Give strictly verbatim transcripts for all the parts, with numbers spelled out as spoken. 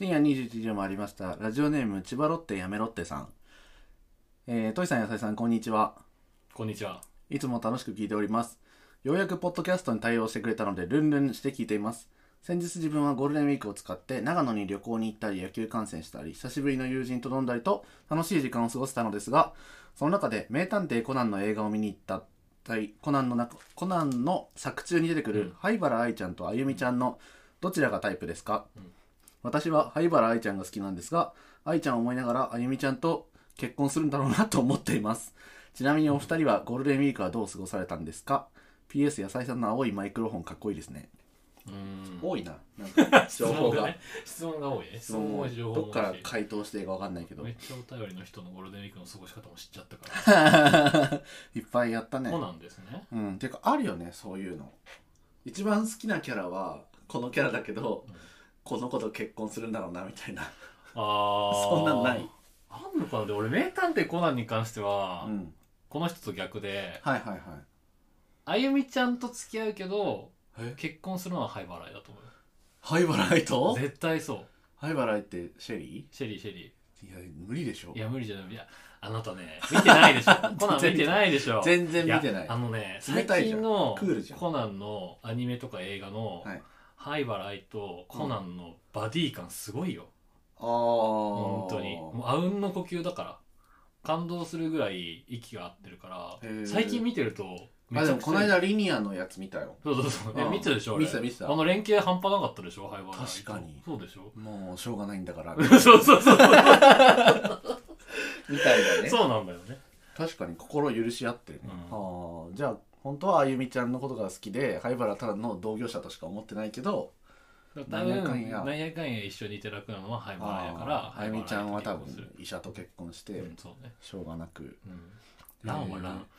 深夜にじゅういちじを回りました。ラジオネーム千葉ロッテやめロッテさん、えー、トイさんやさいさんこんにちは。 こんにちは。 いつも楽しく聞いております。ようやくポッドキャストに対応してくれたのでルンルンして聞いています。先日自分はゴールデンウィークを使って長野に旅行に行ったり野球観戦したり久しぶりの友人と飲んだりと楽しい時間を過ごせたのですが、その中で名探偵コナンの映画を見に行ったコナンの中コナンの作中に出てくる、うん、灰原哀ちゃんとあゆみちゃんのどちらがタイプですか？うん、私は灰原哀ちゃんが好きなんですが、愛ちゃんを思いながらあゆみちゃんと結婚するんだろうなと思っています。ちなみにお二人はゴールデンウィークはどう過ごされたんですか？ ピーエス 野菜さんの青いマイクロフォンかっこいいですね。 うーん多いな、なんか情報が質問が多いね。 質問もどっから回答していいか分かんないけど、 めっちゃお便りの人のゴールデンウィークの過ごし方も知っちゃったからいっぱいやったね。 そうなんですね。 うん、ていうかあるよね、そういうの。一番好きなキャラはこのキャラだけど、うん、この子と結婚するんだろうなみたいな。 あそんなんない？ あんのかな。で俺名探偵コナンに関しては、うん、この人と逆で、 はいはいはい、 あゆみちゃんと付き合うけど結婚するのは灰原哀だと思う。 灰原哀と？ 絶対そう。 灰原哀ってシェリーシェリーシェリーいや無理でしょ。 いや無理じゃない。いやあなたね見てないでしょコナン見てないでしょ。 全然見てない。 いあのね最近のコナンのアニメとか映画の、はい、灰原哀とコナンのバディ感すごいよ。 ああ本当にもうあうんの呼吸だから感動するぐらい息が合ってるから、最近見てるとあ、でもこの間リニアのやつ見たよ。 そうそうそう。え、見てたでしょ？ 見てた見てた。 あの連携半端なかったでしょ？灰原哀。 確かに。 そうでしょ？ もうしょうがないんだから。 そうそうそう。みたいなね。 そうなんだよね。 確かに心許し合ってるね。うん、ああ、じゃあ本当はあゆみちゃんのことが好きで灰原ただの同業者としか思ってないけど、 多分なんやかんや一緒にいて楽なのは灰原哀だから、 あゆみちゃんは多分医者と結婚して、うんそうね、 しょうがなく。うんランはラン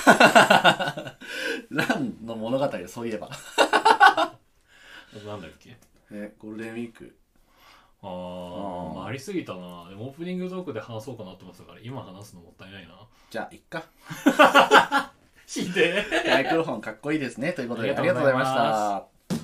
ランの物語そういえばなんだっけ、 えゴールデンウィークあー、まあ、ありすぎたな。でもオープニングトークで話そうかなと思ってたから今話すのもったいないな。 じゃあいっかひでえマイクロフォンかっこいいですねということでありがとうございました。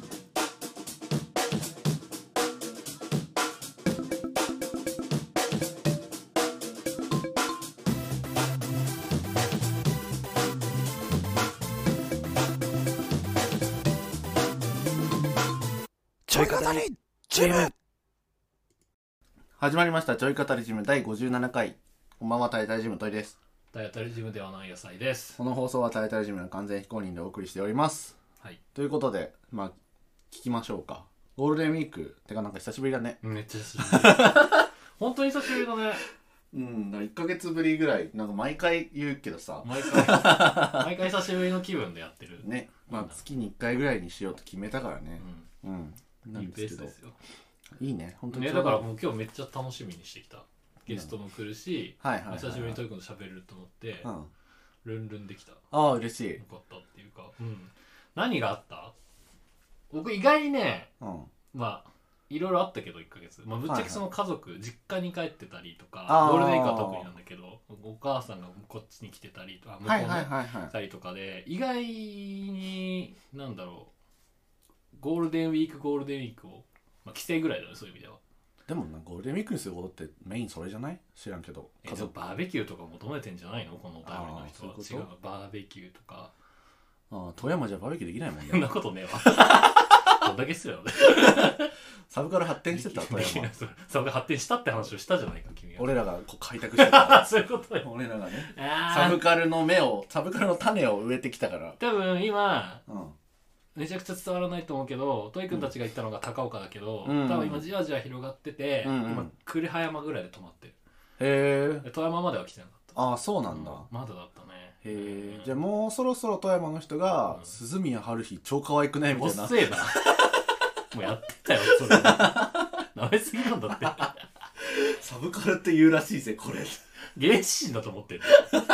ちょい語りジム始まりました。ちょい語りジムだいごじゅうななかい。こんばんは、タイタイジムトイです。 タイタイジムではない野菜です。 この放送はタイタイジムの完全非公認でお送りしております。 はい。ということで、まあ聞きましょうか。ゴールデンウィークてかなんか久しぶりだね。 めっちゃ久しぶり本当に久しぶりだね。 うん、だからいっかげつぶりぐらい、なんか毎回言うけどさ毎回毎回久しぶりの気分でやってるね。まあ月にいっかいぐらいにしようと決めたからね。うん、うんいいペースですよ。 いいね、本当に。 ね、だからもう今日めっちゃ楽しみにしてきた。ゲストも来るし、久しぶりにトイ君と喋れると思って、うん、ルンルンできた。 ああ嬉しい。 よかったっていうか、うん、何があった？僕意外にね、うん、まあいろいろあったけどいっかげつ、まあ、ぶっちゃけその家族、はいはい、実家に帰ってたりとか、ゴールデンウィークは特になんだけど、お母さんがこっちに来てたりとか、向こうに来たりとかで、意外になんだろう、ゴールデンウィークゴールデンウィークを、まあ、帰省ぐらいだね、そういう意味では。でもな、ゴールデンウィークにすることってメインそれじゃない？知らんけど。 家族バーベキューとか求めてんじゃないの？このお便りの人は。うう違う、バーベキューとか。 ああ、富山じゃバーベキューできないもんね。 そんなことねえわ。どんだけっすよね。 サブカル発展してた富山。 サブカル発展したって話をしたじゃないか、君が。 俺らがこう開拓してた。 そういうことよ。 俺らがね。サブカルの芽を、サブカルの種を植えてきたから。 多分今、うん、めちゃくちゃ伝わらないと思うけど、トイ君たちが行ったのが高岡だけど、うん、多分今じわじわ広がってて、うんうん、今栗葉山ぐらいで止まってる。 へえ。 富山までは来てなかった。 ああ、そうなんだ。うん、 まだだったね。 へえ。じゃあもうそろそろ富山の人が、うん、鈴宮春日超可愛くないみたいな。 おっせえな。もうやってたよ、それ。なめすぎなんだって。 サブカルって言うらしいぜ、これ。 原始人だと思ってる。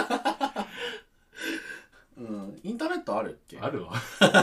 うん、インターネットあるっけ？ あるわ。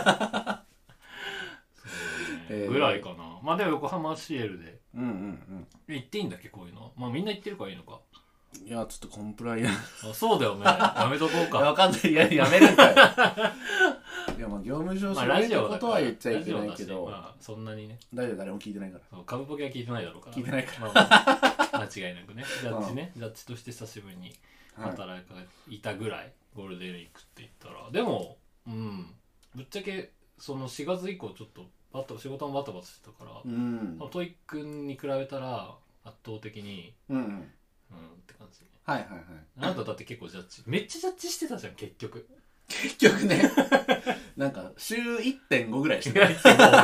そうね、ぐらいかな。まあでも横浜 シーエル で。 うんうんうん。 行っていいんだっけ、こういうの。まあみんな行ってるからいいのか。 いやちょっとコンプライアンスあそうだよねやめとこうかわかんないいややめるんかいいやまあ業務上まあ知られたラジオだことは言っちゃいけないけラジオだど、 しまあ、そんなにね大丈夫誰も聞いてないからそう株ポケは聞いてないだろうから、ね、 聞いてないから、まあまあ、間違いなくねジャッジね、ジャッジとして久しぶりに働いたぐらい、ゴールデンウィークって言ったらでもうんぶっちゃけそのしがつ以降ちょっとバタ仕事もバタバタしてたから、 うん、 トイックに比べたら圧倒的にうんうん、 うんって感じ。 はいはいはい。 あなただって結構ジャッジめっちゃジャッジしてたじゃん結局。 結局ねなんか週 いってんご ぐらいしてた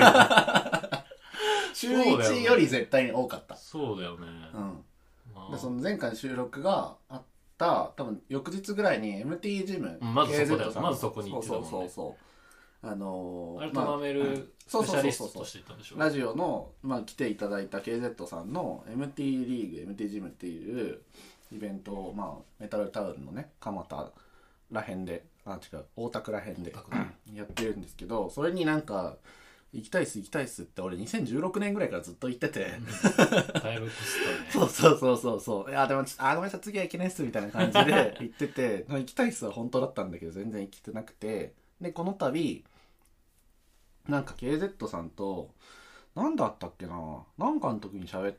週いちより絶対に多かった。 そうだよね。 うん。 まあ、 でその前回の収録があった多分翌日ぐらいに エムティー ジム、 うん、まずそこだよケーゼット さんまずそこに行ってたもんね。 そうそうそうそうあのー、 あれトナメルスペシャリストとして行ったんでしょ。 ラジオの、まあ、来ていただいた ケーゼット さんの エムティー リーグ エムティー ジムっていうイベントを、まあ、メタルタウンのね蒲田らへんであ違う大田区らへんでやってるんですけど、それになんか行きたいっす行きたいっすって俺にせんじゅうろくねんぐらいからずっと言ってて、 うん、だいぶこすったそうね。 そうそうそうそういやでもあごめんなさい次は行けないっすみたいな感じで言ってて行きたいっすは本当だったんだけど全然行けてなくて、でこの度なんか ケーゼット さんと何だったっけななんかの時に喋って、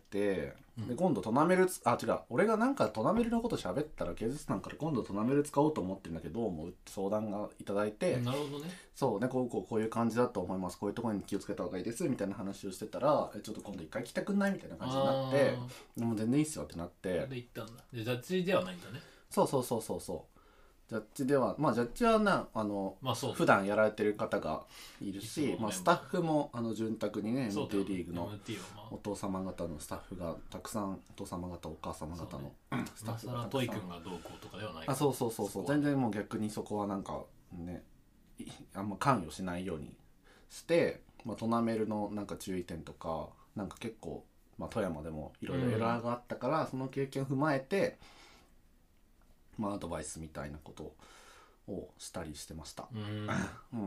うん、で今度トナメルあ違う俺がなんかトナメルのこと喋ったら ケーゼット さんから今度トナメル使おうと思ってるんだけどどう思うって相談がいただいて、 なるほどね。 そうねこうこうこういう感じだと思いますこういうところに気をつけた方がいいですみたいな話をしてたらえちょっと今度一回来たくないみたいな感じになってでも全然いいっすよってなってで行ったんだ。でジャッジではないんだね。 そうそうそうそうそうジャッジではまあジャッジはなあの、まあ、普段やられてる方がいるし、まあ、スタッフもあの潤沢にね エムティー リーグのお父様方のスタッフがたくさんお父様方お母様方の、ね、スタッフがたくさん、 トイ君がどうこうとかではないあそうそうそうそう全然もう逆にそこはなんかねあんま関与しないようにして、まあ、トナメルのなんか注意点とかなんか結構、まあ、富山でもいろいろエラーがあったから、うん、その経験を踏まえてまあ、アドバイスみたいなことをしたりしてました。 うん、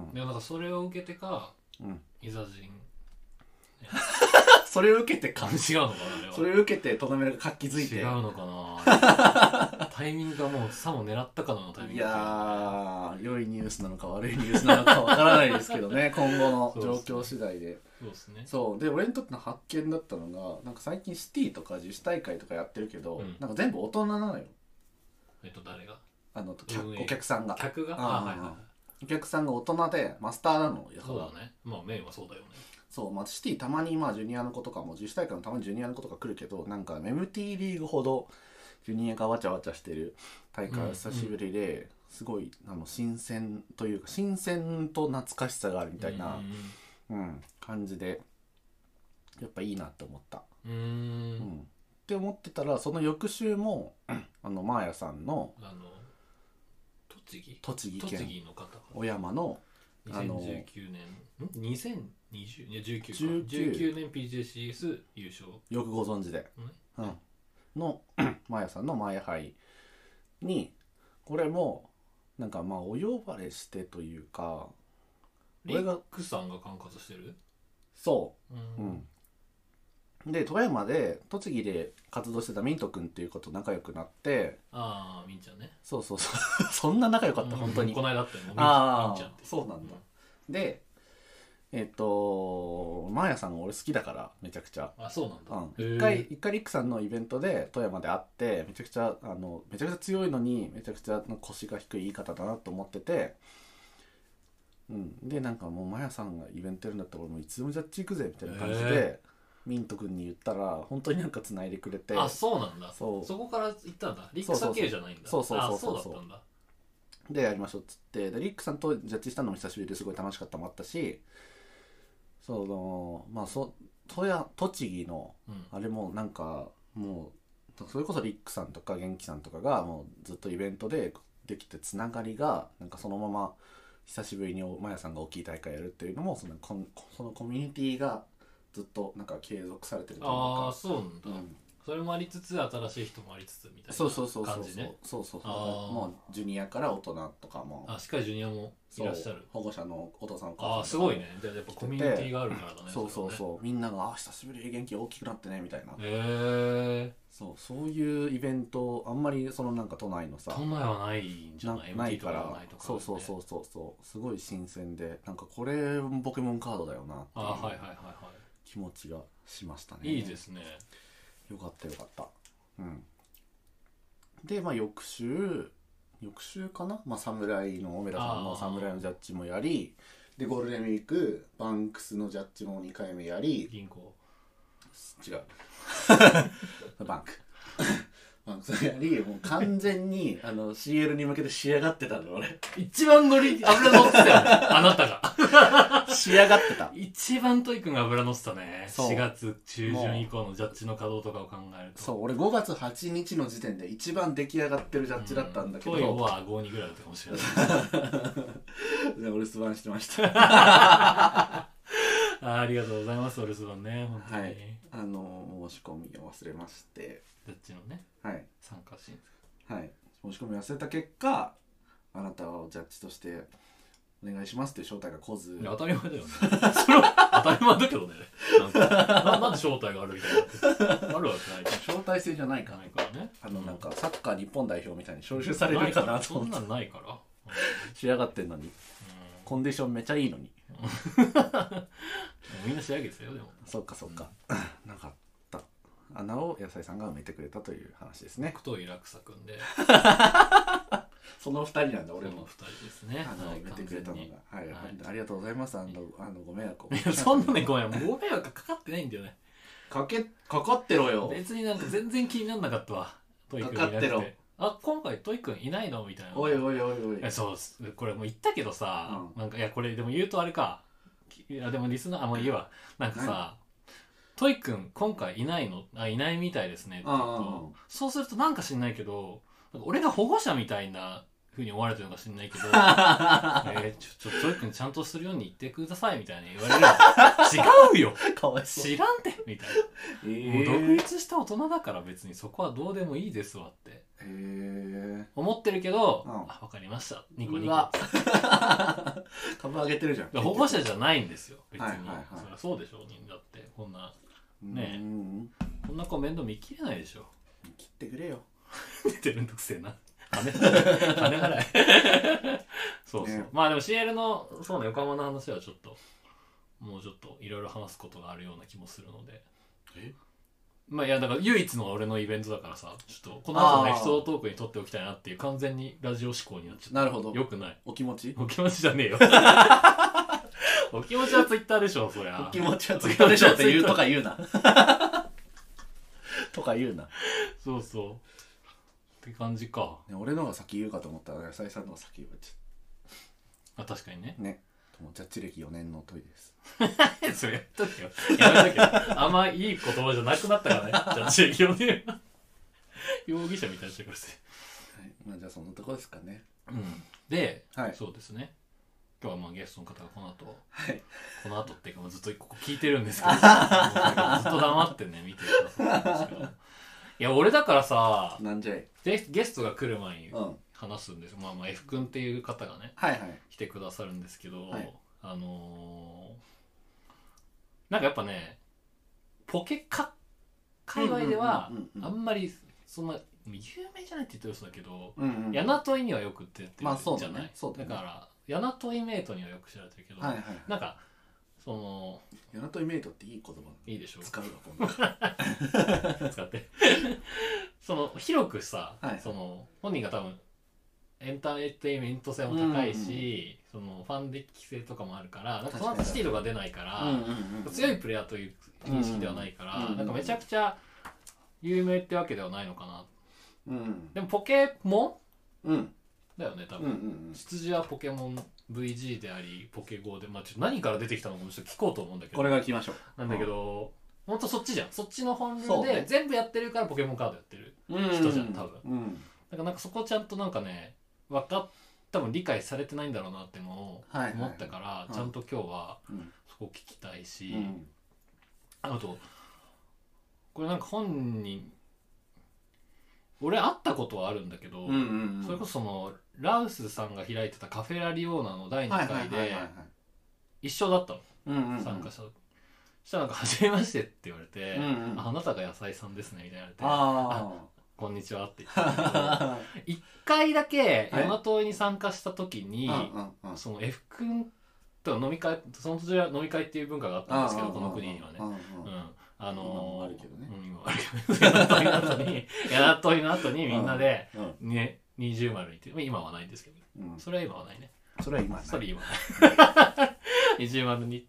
うん、でもなんかそれを受けてか、うん、いざ人それを受けてか違うのかなあれはそれを受けてトナメルが活気づいて違うのかなタイミングがもうさも狙ったかのタイミング、 いやー良いニュースなのか悪いニュースなのかわからないですけどね今後の状況次第でそうですね。 そうで俺にとっての発見だったのがなんか最近シティとか自主大会とかやってるけど、うん、なんか全部大人なのよ。 えっと誰があのお客さんが客があ、はいはい、お客さんが大人でマスターなのよ。 そうだね。まあメインはそうだよね。 そう、まあ、シティたまにまあジュニアの子とかも自主大会のたまにジュニアの子とか来るけどなんか エムティー リーグほどジュニアがわちゃわちゃしてる大会は久しぶりで、うんうん、すごいあの新鮮というか新鮮と懐かしさがあるみたいな、うんうんうん、感じでやっぱいいなって思った。 うーん、うんって思ってたらその翌週もあのマーヤさんのあの栃木栃木県栃木の方小山のにせんじゅうきゅうねんんにせんにじゅういやじゅうきゅうかじゅうきゅうねん ピージェーシーエス 優勝よくご存知で、うん、のマーヤさんのマーヤ杯にこれもなんかまあお呼ばれしてというかリックさんが管轄してるそう、うん、うんで富山で栃木で活動してたミント君っていう子と仲良くなって、 ああミンちゃんねそうそうそうそんな仲良かった、うん、本当にこの間あったよねああミンちゃんってそうなんだ、うん、でえっ、ー、とマーヤさんが俺好きだからめちゃくちゃあそうなんだ、 うん、一回一回リックさんのイベントで富山で会ってめちゃくちゃあのめちゃくちゃ強いのにめちゃくちゃ腰が低い言い方だなと思ってて、うん、でなんかもうマーヤさんがイベントやるんだったら俺もいつでもジャッジ行くぜみたいな感じでミント君に言ったら本当になんか繋いでくれて、 あそうなんだ、 そうそこから行ったんだ。リックさん系じゃないんだ。 そうそうそうそうあそうだったんだ。 でやりましょうっつってでリックさんとジャッジしたのも久しぶりですごい楽しかったもあったし、そのまあそとや栃木のあれもなんかもうそれこそリックさんとか元気さんとかがもうずっとイベントでできてつながりがなんかそのまま久しぶりにマヤさんが大きい大会やるっていうのもそのコンそのコミュニティがずっとなんか継続されてるというか、 ああそうなんだ、うん、 それもありつつ新しい人もありつつみたいな感じね。 そうそうそうそうそうそうそうあーもうジュニアから大人とかもあしっかりジュニアもいらっしゃる。 保護者のお父さんお母さんとかああすごいね。じゃあやっぱコミュニティがあるからだね。 そうそうう。 そうみんながあ久しぶりに元気大きくなってねみたいな、 へえそうそういうイベントあんまりそのなんか都内のさ都内はないんじゃない？ なエムティーないからとかないとか、ね、 そうそうそうそうそうすごい新鮮でなんかこれポケモンカードだよなってあはいはいはいいうは気持ちがしましたね。 いいいですね。 よかったよかったうんでまあ翌週翌週かなまあ侍のオメラさんの侍のジャッジもやりでゴールデンウィークバンクスのジャッジもにかいめやり銀行違うバンクバンクスやりもう完全にあの シーエル に向けて仕上がってたの俺一番乗り油乗ってたよねあなたが仕上がってた一番トイ君が油乗ってたね。 そうしがつ中旬以降のジャッジの稼働とかを考えるとそう俺ごがつはちにちの時点で一番出来上がってるジャッジだったんだけど、 トイはごにぐらいだったかもしれないでお留守番してましたあありがとうございます。お留守番ね本当に、 はいあの申し込みを忘れましてジャッジのねはい参加審はい申し込み忘れた結果あなたをジャッジとしてお願いしますっていう招待が来ず査。いや当たり前だよねそれは当たり前だけどねなんか な, なんで招待があるみたいなあるわけないじ招待制じゃないかゃないからね。 あのなんかサッカー日本代表みたいに招集されるかなとそん思ってなんないから、うん仕上がってんのにコンディションめちゃいいのにみんな仕上げてたよでも。 そっかそっか、なかった穴を野菜さんが埋めてくれたという話ですね。 太い落差くんでそのふたりなんだ俺も俺のふたりですね。 あのはい埋めてくれたのがはい、 はいありがとうございますあのあのご迷惑をいやそんなねごめんご迷惑かかってないんだよね。 かけかかってろよ別になんか全然気にならなかったわトイくんいなくかかってろあ今回トイくんいないのみたいな。 おいおいおいおいえそうっすこれもう言ったけどさ、 うんなんかいやこれでも言うとあれかいやでもリスナーあもういいわなんかさトイくん今回いないのあいないみたいですねって言ううんうんうんとそうするとなんか知んないけどなんか俺が保護者みたいな風に思われてるのか知んないけどえー、ちょちょトイくんちゃんとするように言ってくださいみたいな言われるの違うよかわいそう知らんてみたいな、 えもう独ー、 立した大人だから別にそこはどうでもいいですわってへえ思ってるけど、 うんあ分かりましたニコニコうわ株上げてるじゃん保護者じゃないんですよ別に、 はいはいはいそりゃそうでしょだってこんなねえうんこんな子面倒見きれないでしょ切ってくれよ出てるんどくせえな金金払いそうそう、 ねまあでも シーエル のそうね横浜の話はちょっともうちょっといろいろ話すことがあるような気もするのでえまあいやだから唯一の俺のイベントだからさちょっとこの後のエピソードトークに撮っておきたいなっていう完全にラジオ思考になっちゃった。 なるほどよくないお気持ちお気持ちじゃねえよお気持ちはツイッターでしょそりゃお気持ちはツイッターでしょって言うとか言うなとか言うな、 そうそうって感じか。 ね、俺のが先言うかと思ったら野菜さんのが先言うちあ確かにねゃねもうジャッジ歴よねんのトイですそれやっとけよやめとけよあんまいい言葉じゃなくなったからねじゃあ地域をね容疑者みたいにしてくれて、 はいまあ、じゃあそんなとこですかねうん、で、 はいそうですね今日はまあゲストの方がこの後はいこの後っていうかもうずっとここ聞いてるんですけどずっと黙ってね見てくださってるんですけどいや俺だからさなんじゃいゲゲストが来る前にうん話すんですまあまあ F 君っていう方がねはいはい来てくださるんですけど、 はいあのー、なんかやっぱねポケカ界隈ではうんうんうんうんあんまりそんな有名じゃないって言ってる人だけど、 うんうんヤナトイにはよく出てるじゃない、 まあそうだねそうだねからヤナトイメイトにはよく知られてるけど、 はいはいはいなんかそのヤナトイメイトっていい言葉いいでしょ使うわ今度使ってその広くさ、 はいその本人が多分エンターテインメント性も高いし、そのファンデッキ性とかもあるからなんかそのスティールが出ないから、 うんうんうん強いプレイヤーという認識ではないから、 うんなんかめちゃくちゃ有名ってわけではないのかな。 うんでもポケモうんンだよね多うんう分、 ん出自はポケモン ブイジー でありポケゴーで、まあ、ちょっと何から出てきたのかもちょっと聞こうと思うんだけどこれが来ましょうなんだけど、ほんとそっちじゃんそっちの本流そうねで全部やってるからポケモンカードやってるうん人じゃん多分うんだからなんかそこちゃんとなんかね分かっ多分理解されてないんだろうなってのをはいはい思ったから、 いちゃんと今日はうんそこ聞きたいし、 うんあとこれなんか本人俺会ったことはあるんだけど、 うんうんうん、 それこそそのラウスさんが開いてたカフェラリオーナのだいにかいで一緒だったの、うんうんうん、参加した時。そしたらなんか「はじめまして」って言われて「うんうん、あ, あなたが野菜さんですね」みたいな言われて「ああこんにちは」って言ったけど一回だけヨナトイに参加した時に、はい、その F 君と飲み会、その途中は飲み会っていう文化があったんですけど、この国にはね、うん、あのー、今もあるけどね、うん、今もあるけどヤナトイの後にヤナトイの後にみんなで、ね、二重丸に行って今はないんですけど、うん、それは今はないね、 それは今はない、 それ今はない二重丸に行って、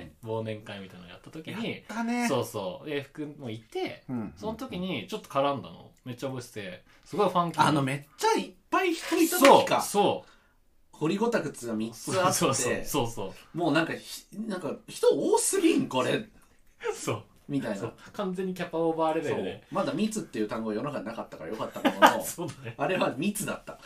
うん、忘年会みたいなのやった時にやったね、 そうそうで F 君もいて、うん、その時にちょっと絡んだのめっちゃ覚えてて、すごいファンキー、 あのめっちゃいっぱい人いた時か、 そうそう掘りごたくつがみっつあって、 そうそうそうそうもうなんかなんか人多すぎんこれそうみたいな、 完全にキャパオーバーレベルで、 まだ密っていう単語世の中になかったからよかったもののそうだ、ね、 あれは密だった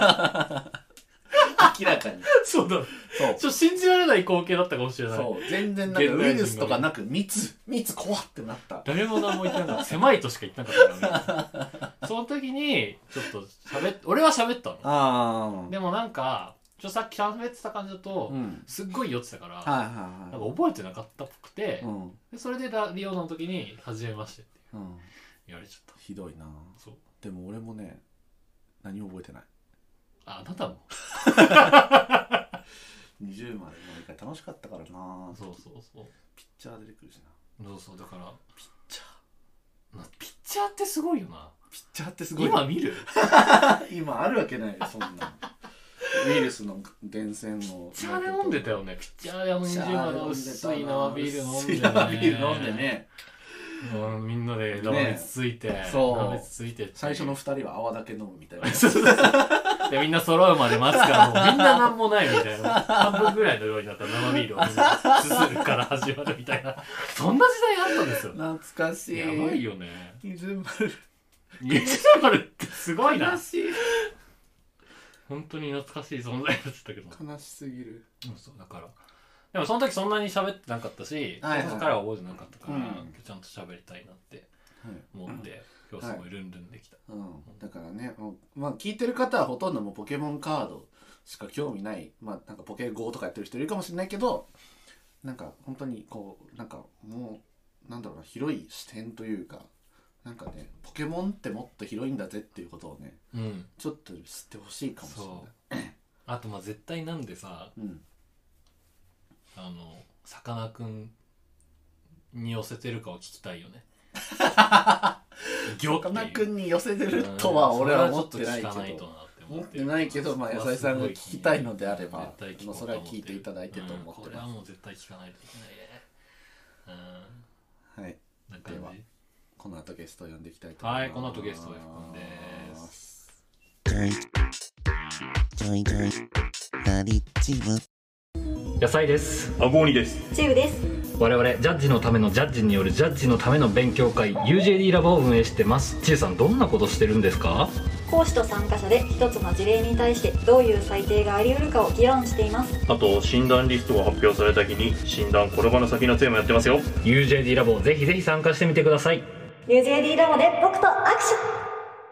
明らかにそうだ、そうちょっと信じられない光景だったかもしれない、 そう全然なんかウイルスとかなく密密怖ってなった、 誰も何も言ってなかった狭いとしか言ってなかったからねその時にちょっと喋っ俺は喋ったの、あでもなんかちょさっき喋ってた感じだと、うん、すっごい酔ってたから、はいはいはい、なんか覚えてなかったっぽくて、うん、でそれでリオの時に「はじめまして」って、うん、言われちゃった。 ひどいな。そうでも俺もね何も覚えてない。 あ、あなたもにじゅうまで飲み会楽しかったからな。 そうそうそう、 ピッチャー出てくるしな。 そうそう、だからピッチャーピッチャーってすごいよな。 ピッチャーってすごい。 今見る今あるわけないよそんなウイルスの源泉のピッチャーで飲んでたよね。ピッチャーであのにじゅうまでの薄い生ビール飲んでね。 生ビール飲んでね。 うん、みんなでラーメンついて、そうラーメンついて最初のふたりは泡だけ飲むみたいなでみんな揃うまで待つからもうみんななんもないみたいな半分ぐらいの量になったら生ビールをみんなすするから始まるみたいなそんな時代あったんですよ。 懐かしい。 やばいよね。 二重丸二重丸ってすごいな。 悲しい。 本当に懐かしい存在だったけど悲しすぎる。 うん、そうだからでもその時そんなに喋ってなかったし、はいはい、そこからは覚えてなかったから、うん、ちゃんと喋りたいなって思って、はい、今日すごいルンルンできた、 はい、うん、だからね、まあ、聞いてる方はほとんどもうポケモンカードしか興味ない、まあ、なんかポケゴーとかやってる人いるかもしれないけど、なんか本当にこうなんかもうなんだろうな、広い視点というか、なんかね、ポケモンってもっと広いんだぜっていうことをね、うん、ちょっと知ってほしいかもしれない。 あとまあ絶対なんでさ、うん、あのさかなクンに寄せてるかを聞きたいよね。 さかなクンに寄せてるとは俺は思ってないけど、思ってないけど、まあ野菜さんが聞きたいのであれば、もうそれは聞いていただいてと思ってます。 これはもう絶対聞かないといけないね。 うん、はい。 なんかではこの後ゲストを呼んでいきたいと思います。 はい、この後ゲストを呼んでーす。野菜です。 アゴーニです。 チウです。 我々ジャッジのためのジャッジによるジャッジのための勉強会 ユージェーディー ラボを運営してます。チウさん、どんなことしてるんですか？ 講師と参加者で一つの事例に対してどういう裁定があり得るかを議論しています。 あと診断リストが発表された日に診断転ばぬ先の杖もやってますよ。 ユージェーディー ラボぜひぜひ参加してみてください。 ユージェーディー ラボで僕と握手。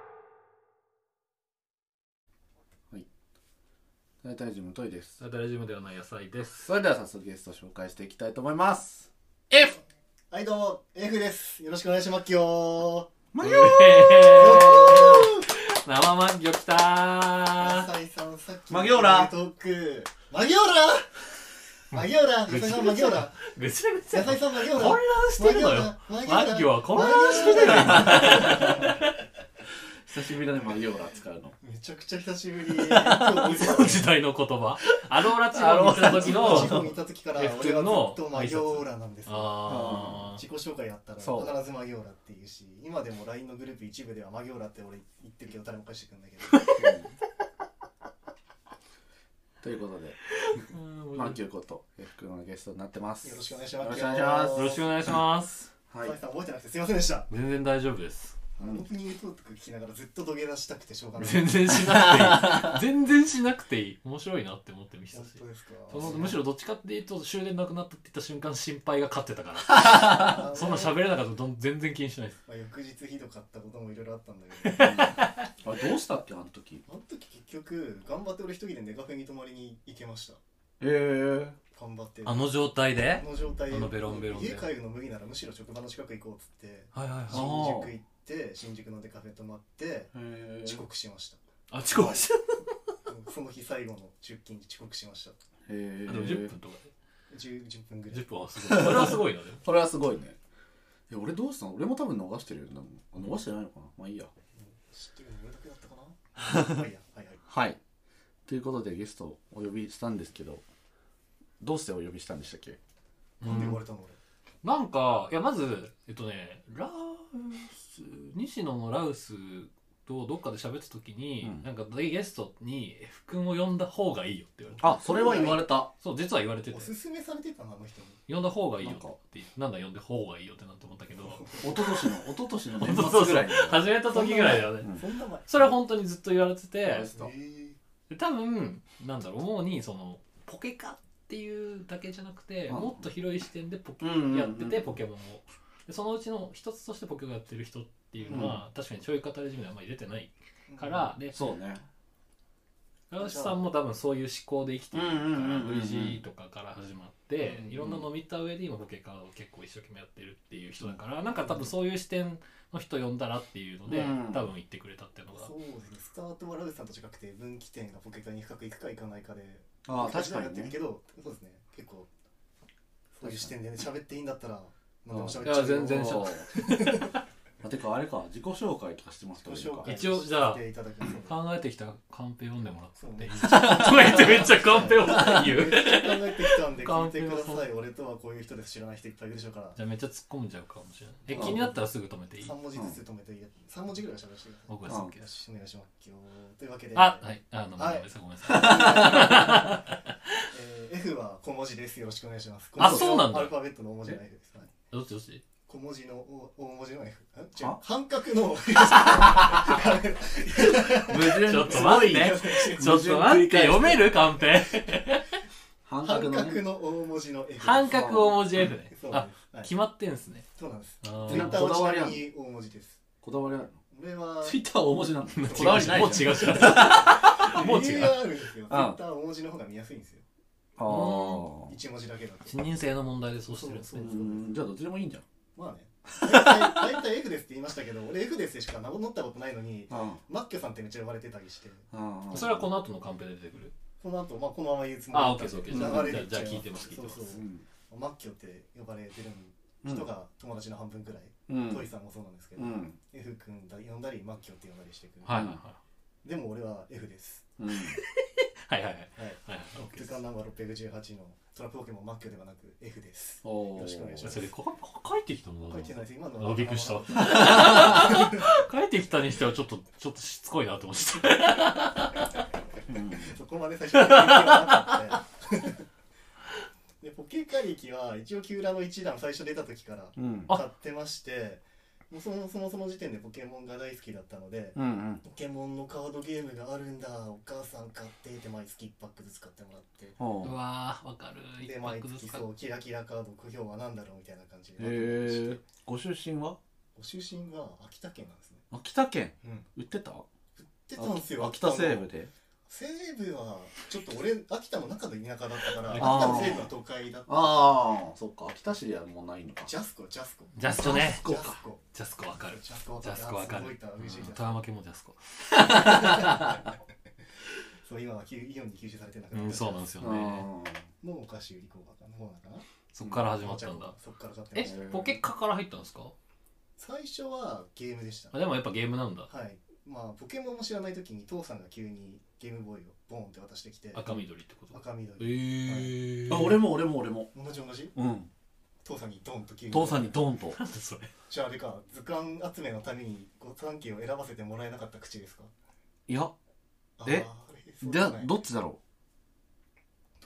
大体ジムトイです。 大体ジムではない野菜です。 それでは早速ゲストを紹介していきたいと思います。 F。 はい、どうも F です。よろしくお願いします。よマギョー生マギョきたー。 野菜さんさっきマギョーラトークマギョーラマギョーラ野菜さんマギョーラぐちゃぐちゃ野菜さんマギョーラ混乱してるのよ。マギョは混乱してるのよ久しぶりだね、マギョーラ使うの。 めちゃくちゃ久しぶり。 いつの時代の言葉。アローラ地方に行った時の地方に行った時から俺はずっとマギョーラなんですよ。あ、自己紹介やったら必ずマギョーラって言うし、今でも ライン のグループ一部ではマギョーラって俺言ってるけど誰も返してくんないけどということでマキューこと F 君のゲストになってます。 よろしくお願いします。 よろしくお願いします。よろしくお願いします。 はい、覚えてなくてすいませんでした。 全然大丈夫です。 オープニングトーク聞きながらずっと土下座したくてしょうがない全然しなくていい全然しなくていい面白いなって思って見てたし、 本当ですか。 そのむしろどっちかっていうと終電なくなったって言った瞬間心配が勝ってたからそんな喋れなかったと全然気にしないです。 まあ、翌日ひどかったこともいろいろあったんだけどあれどうしたっけあの時。 あの時結局頑張って俺一人でネカフェに泊まりに行けました。 へえ。 頑張ってあの状態であの状態であのベロンベロンで家帰るの無理ならむしろ職場の近く行こうっつってはいはいはい新宿行って新宿のデカフェ泊まってへ遅刻しました。 あ遅刻しその日最後の出勤に遅刻しました。 へえ。 たでもじゅっぷんとかで 10, 10分ぐらいじゅっぷんはすごいそれはすごいなでもそれはすごいね。いや俺どうしたの。俺も多分逃してるよ。でも逃してないのかな。まあいいや。 知ってるの俺だけだったかなはいやはいはいはい。ということでゲストをお呼びしたんですけど、どうしてお呼びしたんでしたっけ。 なんで呼ばれたの俺。 なんかいやまずえっとねラウス西野のラウスとどっかで喋った時に、 うんなんかゲストに F 君を呼んだ方がいいよって言われて、 あ、それは言われた。 そう実は言われてておすすめされてたのあの人に。 呼んだ方がいいよなんかってなんだ呼んで方がいいよってなって思ったけど一昨年の一昨年の年そうそう末ぐらいに。 始めた時ぐらいだよね、 うんそんな前。 それは本当にずっと言われてて言われてたえで多分なんだろう主にそのポケカっていうだけじゃなくて、 うんもっと広い視点でポケうんうんうんやっててポケモンをでそのうちの一つとしてポケモンやってる人っていうのは、確かにちょい語り始めはあんまり出てないーから、でそうね。 ラウシさんも多分そういう思考で生きてるかうんうんうんうんうらんブイジー とかから始まって、 うんいろんなの見た上で今ポケカを結構一生懸命やってるっていう人だから、なんか多分そういう視点の人呼んだらっていうので、 うん多分言ってくれたっていうのが、 そうですね。スタートはラウスさんと違くて分岐点がポケカに深く行くか行かないかで。 ああ確かにねやってるけ。ど、そうですね。結構そういう視点でね喋っていいんだったら何でも喋っいやちゃうけど。 全然しゃあてかあれか自己紹介とかしてますか。 自己紹介一応じゃあしていただきます。 考えてきたカンペ読んでもらっていいそうね。 とか言ってめっちゃカンペを言う考えてきたんで聞いてください。俺とはこういう人です。知らない人いっぱいいるでしょうから。 じゃあめっちゃ突っ込んじゃうかもしれないえうん気になったらすぐ止めていい三文字ずつ止めていいやつ。三文字ぐらい喋らせてください。 僕は好きだしよしお願いします。今日というわけで。 あはいあのごはいめんなさいごめんなさいえー F は小文字です。よろしくお願いします。 あそうなんだアルファベットの大文字の F です。はいどっちどっち小文字の大大文字の F。ん違うは半角のちょっと待ってちょっと待って読めるカンペ半半角のね。 角の大文字の F。 半角大文字 F ねそうなんあですはい決まってんすねそうなんです。 あーツイッターはちなみに大文字です。 こだわりあるの。 俺はツイッター大文字なの。こ違だわりない。 うもう違うしもう違う理由があるんですよ。ツイああッターは大文字の方が見やすいんですよ。 ああ。 一文字だけだと。 視認性の問題でそうしてるんですねそうそううんじゃあどっちでもいいんじゃん。 まあね。大体大体 F ですって言いましたけど、俺 F ですでしか名乗ったことないのに、 あマッキョさんってめっちゃ呼ばれてたりして、 あ。 それはこの後のカンペで出てくるこの後、まあこのまま言うつもりあだ OK ったです OK んですで流れでじゃあっちゃじゃあ聞いてます聞いてますそうそううんマッキョって呼ばれてる人が友達の半分くらい、 うんトイさんもそうなんですけど、 うん F 君だ呼んだりマッキョって呼んだりしてくる。 はいはいはいでも俺は F です。 うん。 はいはいはいはい。 はい OK です空間ナンバーろっぴゃくじゅうはちのトラップポケモンマッキョではなく F です。 およろしくお願いしますそれここ書いてきたの書いてないです。今のあびっくりした書いてきたにしてはちょっとちょっとしつこいなと思ってそこまで最初に言ってなかったでポケカ歴は一応キューラの一段最初出た時からうん。 あ買ってましてもうそもそもその時点でポケモンが大好きだったので、 うんうん。 ポケモンのカードゲームがあるんだお母さん買ってって毎月いっパックずつ買ってもらっておうわーわかる一でパッ毎月クずつ買そうキラキラカード小評は何だろうみたいな感じで、 へえ。ご出身はご出身が秋田県なんですね。 秋田県。 うん売ってた？ 売ってたんですよ。 秋田西部で。 西部はちょっと俺秋田の中の田舎だったから秋あ田の西部は都会だった。 ああ、そっか。秋田市ではもうないのか。 ジャスコジャスコジャスコねジャスコジャスコわかるジャスコジャスコわかるすごいた嬉しいです富山県もジャスコそう今はイオンに吸収されてなくなったうんそうなんですよあねのお菓子売り工場かな方なのかな。 そっから始まったんだそっから買ってまえした。 ポケカから入ったんですか最初はゲームでした。 あでもやっぱゲームなんだはい。まあポケモンも知らない時に父さんが急にゲームボーイをボーンって渡してきて赤緑ってこと赤緑えーあ、俺も俺も俺も。 同じ同じうん。 父さんにドンと急に父さんにドンと。 なんでそれじゃああれか図鑑集めのためにご三家を選ばせてもらえなかった口ですか。 いや、 あえあれそうじゃないどっちだろ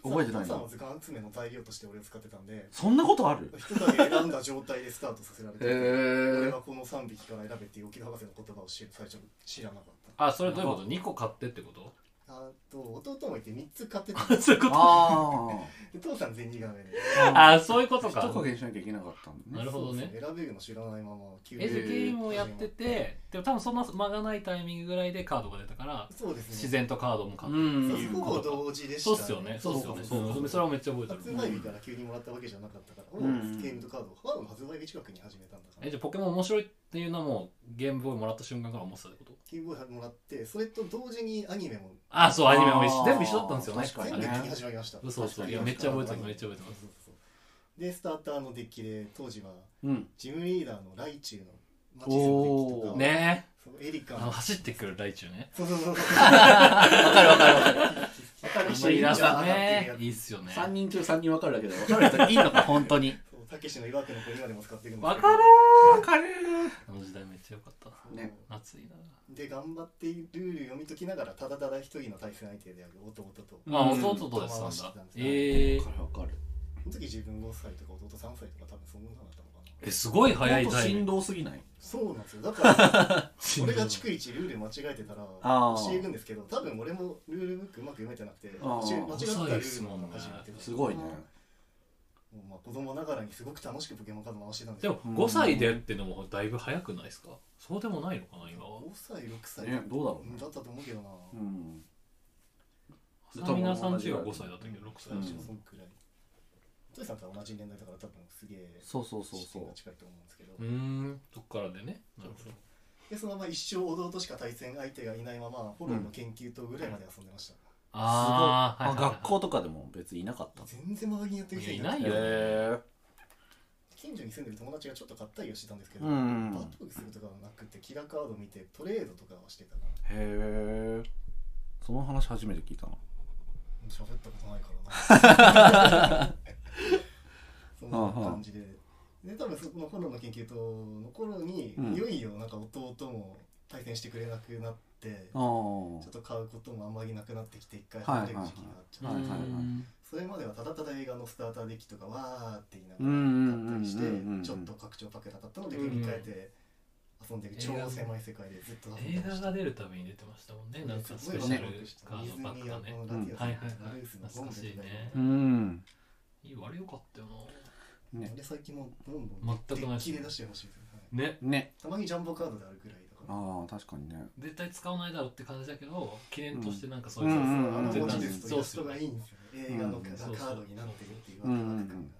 覚えてないな。 さんは図鑑集めの材料として俺を使ってたんで、 そんなことある？ 一人選んだ状態でスタートさせられて、 へー俺はこのさんびきから選べっていう沖田博士の言葉を知る最初知らなかった。 あ、それどういうこと？にこ買ってってこと？ あと弟もいてみっつ買ってた。 そういうこと。 あで父さん銭形でね。 あ、そういうことか。 一加減しなきゃいけなかったんだね。 なるほどね。 選べるの知らないまま急にえ、じゃあゲームをやってて、でも多分そんな間がないタイミングぐらいでカードが出たから、 そうですね。 自然とカードも買ってうんっていうほぼことか。 同時でしたね。 そうっすよね。そうっすよね。 そうそうそうそれはめっちゃ覚えてる。 発売日から急にもらったわけじゃなかったから、 うんもうゲームとカードをカードの発売日近くに始めたんだから。 え、じゃあポケモン面白いっていうのはもうゲームボーイもらった瞬間から思ってたってこと？ ゲームボーイもらってそれと同時にアニメもあ、そう、アニメも一緒あー全部一緒だったんですよね。 確かにね全部一気に始まりました。 嘘嘘。いや、めっちゃ覚えてる、めっちゃ覚えてます。 そうそうそうでスターターのデッキで当時はうん。 ジムリーダーのライチュウのマチズのデッキとか、 ねそうエリカえ。あの、走ってくるライチュウね。 そうそうそうそうわかるわかるわかる。わかる人いらっしゃるね。いいっすよね。 さんにん中さんにんわかるだけど、わかる人いいのか、本当に。 そうたけしの岩手の子今でも使ってるんですわかるわかるあの時代めっちゃ良かった。 ね。 熱いな。 で頑張ってルール読み解きながらただただ一人の対戦相手である弟とあ、 うん弟とですんだ。 回してたんですええわか。るわかる。 その時自分ごさいとか弟さんさいとか多分そんなのだったのかな。 え、すごい早いタイミ振ング。 動すぎない？ そうなんですよ。だから俺が逐一ルール間違えてたらあー教えるんですけど、多分俺もルールブックうまく読めてなくてあー間違ったルールのまま始めてた。 すごいね。 もうまあ子供ながらにすごく楽しくポケモンカード回してたんですでよ。 もごさいでってのもだいぶ早くないですか？そうでもないのかな今は。 ごさいろくさいね、どうだろうね。 だったと思うけどな。 うん。 皆さんちがごさいだったけどろくさいだしうんそんくらい。トイさんとは同じ年代だから多分すげえそうそうそうそう視点が近いと思うんですけど。 うーん、そっからでね。なるほど。 でそのまま一生弟しか対戦相手がいないままフォローの研究棟ぐらいまで遊んでました。 あー、 あ、 はいはいはい学校とかでも別にいなかった。 全然周りにやってる人いなくていやいないよへ近所に住んでる友達がちょっと買ったりをしてたんですけど、 うんバトルするとかはなくてキラカード見てトレードとかはしてたな。 え。へえ。その話初めて聞いたな。 喋ったことないからな。そんな感じで。で多分そこのフォローの研究棟の頃に、 うんいよいよなんか弟も対戦してくれなくなって、 ああ。 ちょっと買うこともあんまりなくなってきて一回離れる時期があっちゃって、 はいはいはいそれまではただただ映画のスターターデッキとかわーって言いなうんうんうんうんうんがら買ったりしてちょっと拡張パケだったので組み替えて遊んでる超狭い世界でずっと遊んで映ました。 画が出るたびに出てましたもんね。なんかスペシャルカードパックがね。 うんはいはいはい。懐かしいね。 うん。 いい、あれよかったよな。 ね。 で最近もどんどん全くないデッキで出してほしいですよね。 ね。 ね。 たまにジャンボカードであるぐらいだから。 ああ、確かにね。 絶対使わないだろうって感じだけど、記念としてなんかそういううんさ、 うんうんあの絶対文字ですとイラストがいいそうんですよね。映画のカうんカードになってるっていううんうんワクワク感がね。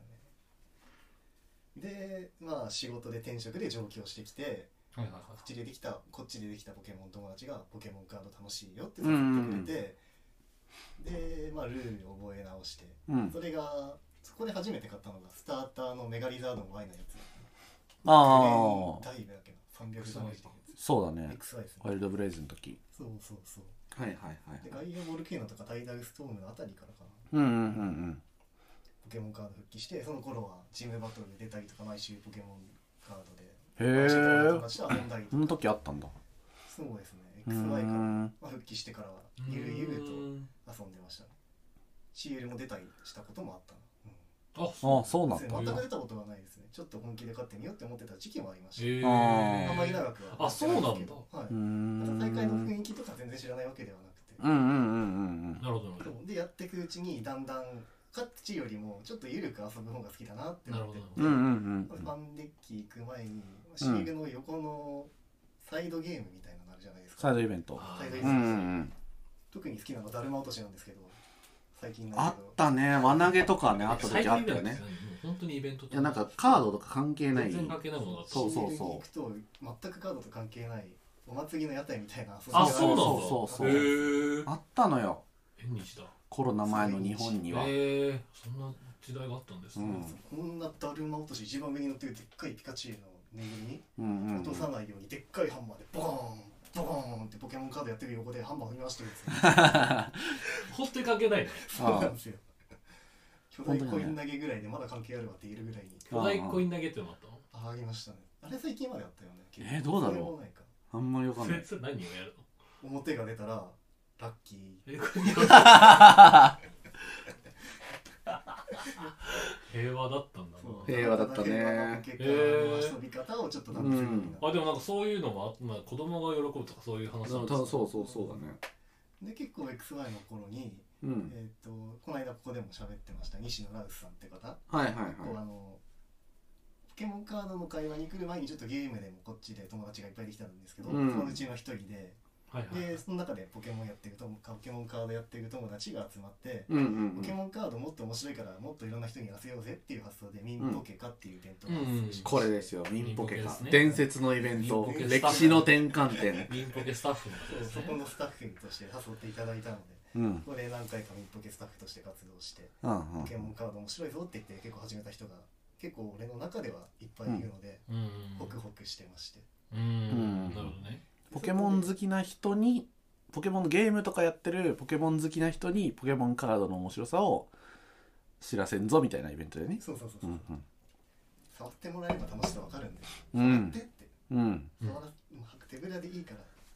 で、まあ仕事で転職で上京してきて、 はいはいはいこっちでできたこっちでできたポケモン友達がポケモンカード楽しいよって誘ってくれて、で、まあルールを覚え直して、 うん。 それがそこで初めて買ったのがスターターのメガリザードの Y のやつ。 ああ。 ダイブだっけな。さんびゃくダメージのやつ。 そうだね。 エックスワイ ですね。 ワイルドブレイズの時。 そうそうそう。 はいはいはいで、ガイアボルケーノとかタイダルストームのあたりからかな。 うんうんうんポケモンカード復帰して、その頃はチームバトルで出たりとか毎週ポケモンカードでうん。へえ。 友達と遊んだりとか。 その時あったんだ。 そうですね。 うエックスワイ から、 ん。 まあ、復帰してからはゆるゆると遊んでましたね。シーエル も出たりしたこともあったな。 あ、 ああ、そううん、 なんだ。 全く出たことはないですね。ちょっと本気で買ってみようって思ってた時期もありました。 へあーあんまり長くは。 あそうなんだはい。 うーまん。 た大会の雰囲気とか全然知らないわけではなくて。 うんうんうんうんなるほどなるほそうでやっていくうちにだんだん勝ちよりもちょっと緩く遊ぶ方が好きだなってど。な思ってるほど。 うん。うんうんまずファンデッキ行く前にシールの横のサイドゲームみたいなのあるじゃないですか。 サイドイベント。 あサイドイベントうんうんうん。 特に好きなのはだるま落としなんですけど、最近ないあっけどたね。輪投げとかね、あった最時あったよね近イベントって。本当にイベントといやなんかカードとか関係ない。 全然関係ないものだった。 そうそうそうシールに行くと全くカードと関係ないお祭りの屋台みたいな遊びあ、 がそうなんだ。 そうそうそうへーあったのよ。 縁日だ。 コロナ前の日本には。 へえ、そんな時代があったんですね。 うんこんなだるま落とし一番上に乗ってるでっかいピカチュウのぬいぐるみうんうんうん。 落とさないようにでっかいハンマーでボーンボーンってポケモンカードやってる横でハンマー振り回してるんですよ。 本当に関係ないね。 そうなんですよ。巨大本当にねコイン投げぐらいでまだ関係あるわって言えるぐらいに巨大コイン投げってのもあったの？ ありましたね。あれ最近まであったよね。 えーどうだろうそれもないか。 あんまりわかんない。 それそれ何をやるの？ 表が出たらラッキー。 え、これ平和だったんだな。 平和だったね。 結果の遊び方をちょっと楽しみになって、 あでもなんかそういうのも、まあ、子供が喜ぶとかそういう話なんですか。 そうそうそうだね。 で結構 エックスワイ の頃に、うん、えっとこの間ここでも喋ってました西野ラウスさんって方、 はいはいはい、 こうあのポケモンカードの会話に来る前にちょっとゲームでもこっちで友達がいっぱいできたんですけど、うん、そのうちの一人で、はいはい、でその中でポケモンやってるとポケモンカードやってる友達が集まって、うんうんうん、ポケモンカードもっと面白いからもっといろんな人にやらせようぜっていう発想でミンポケカっていうイベントが発生しました、 これですよ、ミンポケカ、ね、伝説のイベント、歴史の転換点ミンポケスタッフのそこのスタッフとして誘っていただいたので、うん、これ何回かミンポケスタッフとして活動して、うんうん、ポケモンカード面白いぞって言って結構始めた人が結構俺の中ではいっぱいいるので、うん、ホクホクしてまして、 うんうん、なるほどね。 ポケモン好きな人にポケモンのゲームとかやってるポケモン好きな人にポケモンカードの面白さを知らせんぞみたいなイベントでね。 そうそうそうそう、うんうん、触ってもらえれば楽しさわかるんで、触ってって、うん、触ら手ぶらでいいから、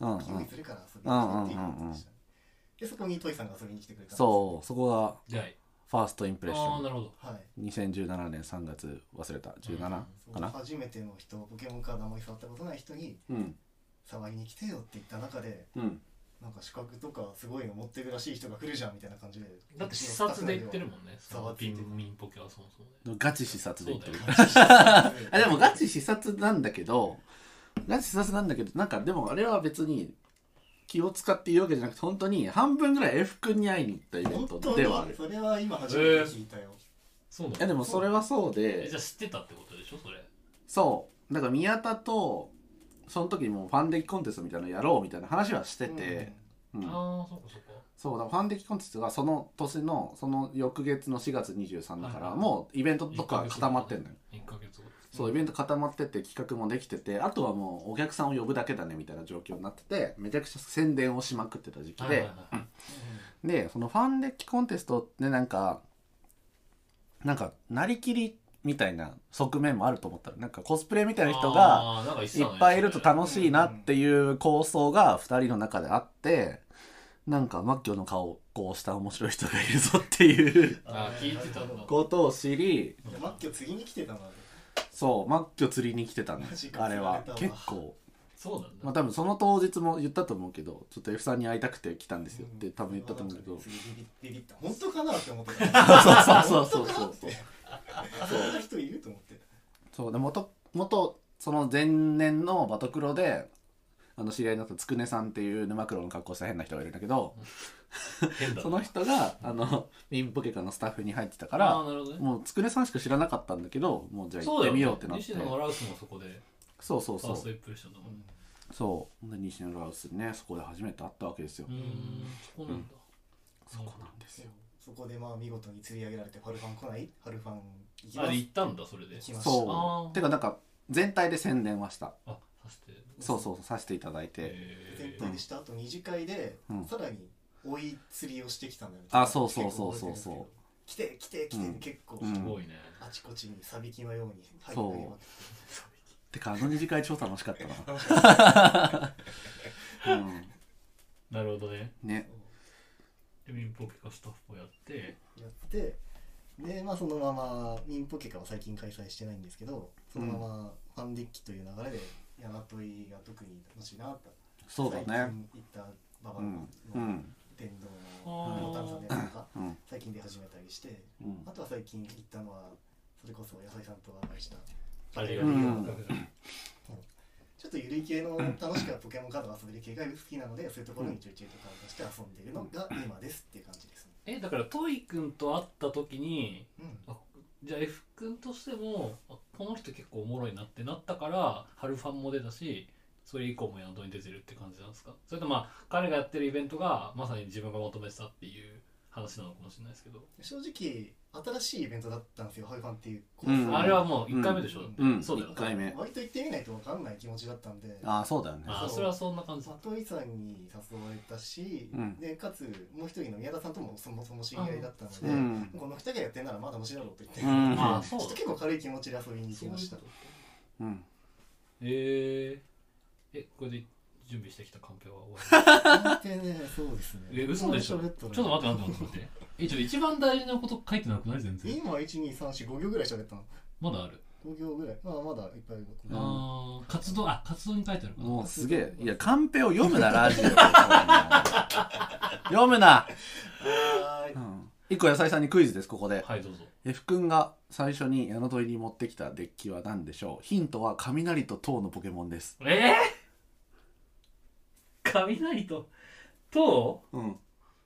うん、用意するから遊びに来てっていうことでした、ね、でそこにトイさんが遊びに来てくれたんです。 そうそこがファーストインプレッション。 あなるほど、 はい、 にせんじゅうななねんさんがつ忘れたじゅうなな、うん、かな。 初めての人、ポケモンカードあまり触ったことない人に、うん、触りに来てよって言った中で、うんなんか資格とかすごいの持ってるらしい人が来るじゃんみたいな感じで、 だって視察で言ってるもんね。ピンミンポケはそもそもねガチ視察で言ってるあでもガチ視察なんだけどガチ視察なんだけどなんかでもあれは別に気を使って言うわけじゃなくて本当に半分ぐらい F 君に会いに行ったイベントではある。 それは今初めて聞いたよ、えー、 そうなの。 いやでもそれはそうでえじゃあ知ってたってことでしょそれ。 そうだから宮田とその時にもうファンデキコンテストみたいなのやろうみたいな話はしてて、 うんうん、ああそうかそうか。 そうだからファンデキコンテストがその年のその翌月のしがつにじゅうさんだからもうイベントとか固まってんのよ。 いっかげつご、ね、 そうイベント固まってて企画もできててあとはもうお客さんを呼ぶだけだねみたいな状況になっててめちゃくちゃ宣伝をしまくってた時期で、はいはいはい、でそのファンデキコンテストってなんかなんかなりきりみたいな側面もあると思ったらなんかコスプレみたいな人がいっぱいいると楽しいなっていう構想がふたりの中であってなんかマッキョの顔をこうした面白い人がいるぞっていうことを知りマッキョ釣りに来てたの。 そうマッキョ釣りに来てたのあれは結構そうなんだ、 まあ、多分その当日も言ったと思うけどちょっと F さんに会いたくて来たんですよって多分言ったと思うけどビビった本当かなって思ってたそうそうそうそうそうそんな人いると思ってそうで元々その前年のバトクロであの知り合いになったつくねさんっていう沼黒の格好した変な人がいるんだけどその人があのミンポケカのスタッフに入ってたから、ね、もうつくねさんしか知らなかったんだけどもうじゃあ行ってみようってなって、 西野ラウスもそこでそうそうそうファーストインプレッションだもん、 そうで西野ラウスねそこで初めて会ったわけですよ。 うんそこなんだ、うん、 そこなんですよ。 そこでまあ見事に釣り上げられてファルファン来ないファルファン行きます。あれ行ったんだそれで。 そうてかなんか全体で宣伝はした。 あさせてそうそうさせていただいて全体でしたあと二次会で、うん、さらに追い釣りをしてきたんだよね。 あそうそうそうそうそう来て来て来て、うん、結構すごいねあちこちにサビキのように入ってくれまくっててかあの二次会超楽しかったなうん、なるほどねねでミンポケカスタッフをやってやってでまあそのままミンポケカは最近開催してないんですけどそのままファンデッキという流れでヤナトイが特に楽しいなとそうだね最近行ったババの電動の炭酸電とか、うん、最近で始めたりして、うん、あとは最近行ったのはそれこそ野菜さんとお会いしたあれがいいよ、うん、 ちょっとゆるい系の楽しくポケモンカード遊べる系が好きなのでそういうところにちょいちょいと顔出して遊んでいるのが今ですっていう感じですね。 えだからトイ君と会った時に、うん、あじゃあ F 君としてもこの人結構おもろいなってなったから春ファンも出たしそれ以降もヤンドに出てるって感じなんですか。それとまあ彼がやってるイベントがまさに自分が求めてたっていう話なのかもしれないですけど正直新しいイベントだったんですよハルファンっていう、 うん、あれはもういっかいめでしょ、 うんうん、 そうだよねいっかいめ割と行ってみないと分かんない気持ちだったんでああそうだよねあそれはそんな感じだトイさんに誘われたし、うん、でかつもう一人の宮田さんともそもそも知り合いだったので、うん、この二人がやってんならまだ楽しいだろうと言って、うん、あちょっと結構軽い気持ちで遊びに行きました。 うん、えー、えこれで準備してきたカンペは終わカンペね、そうですね。 りえ、嘘でしょ。ちょっと待って待って待ってえ、ちょっと一番大事なこと書いてなくない全然。 今いち、に、さん、よん、ご行ぐらい喋ったの。 まだある。 ご行ぐらい。まあまだいっぱい。 ああ、活動、あ、活動に書いてあるかな。 もうすげえ。いや、カンペを読むな、ラジオで。読むな。 はーい。 うん。一個野菜さんにクイズです、ここで。 はい、どうぞ。 F 君が最初に矢野問いに持ってきたデッキは何でしょう。ヒントは雷と塔のポケモンです。 えー、雷と塔、 うん。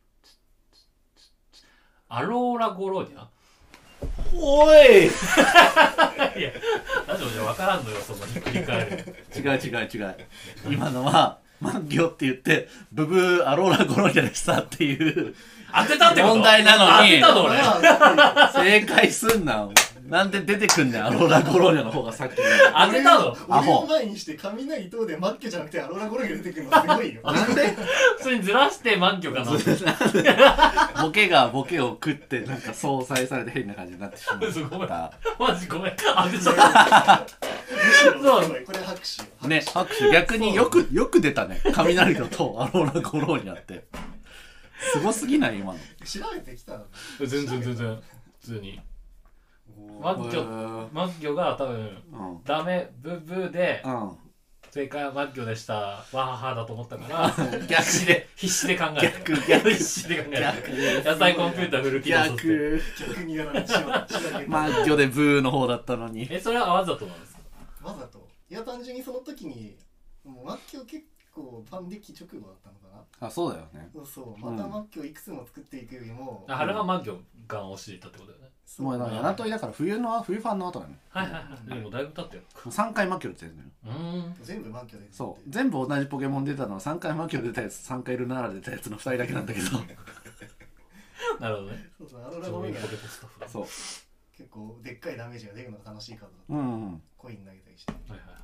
アローラゴローニャ。 おいいや、ラジオじゃ分からんのよ、そんなひっくり返る。 違う違う違う。今のは、万行って言って、ブブーアローラゴロニャでしたっていう当てたってこと問題なのに、 当てたの俺。 正解すんな。なんで出てくんねん、アローラゴロニャの方がさっきの。 当てたのアホ俺を前にして雷塔でマッキョじゃなくてアローラゴロが出てくるのすごいよ。 なんで普通にずらして満挙かな。 ボケがボケを食って、なんか相殺されて変な感じになってしますごいった。 マジごめん。当てちゃった。 むしろすごい。これ拍手よ。 ね、拍手。逆によく、よく出たね。雷と塔、アローラゴロニャって。すごすぎない今の。 調べてきたの。 全然全然普通にマッギョマッギョが多分、うん、ダメブブーで、うん、正解はマッギョでしたわははだと思ったから必死で必死で考え逆逆必死で考え野菜コンピューターフル起動させて逆逆にやられてしまうマッギョでブーの方だったのに。 え、それはわざとなんですか？ わざと。いや、単純にその時にもうマッギョ結構ファンデッキ直後だったのかな。 あ、そうだよね。 そうそう、またマッギョいくつも作っていくよりも、 うん、あ、あれはマッギョが推していたってことだよね。 もうだから矢野問いだから冬の冬ファンの後だね。 はいはいはい。でもだいぶ経ったよ。 さんかいマッキョ出てるのよ。 うん。 全部マッキョで。 そう。全部同じポケモン出たのはさんかいマッキョ出たやつ、さんかいルナーラ出たやつのふたりだけなんだけど。 なるほどね。 そうそう、アロラゴミがそう。 結構でっかいダメージが出るのが楽しいカードだった。 うんうん。 コイン投げたりして。はいはいはい。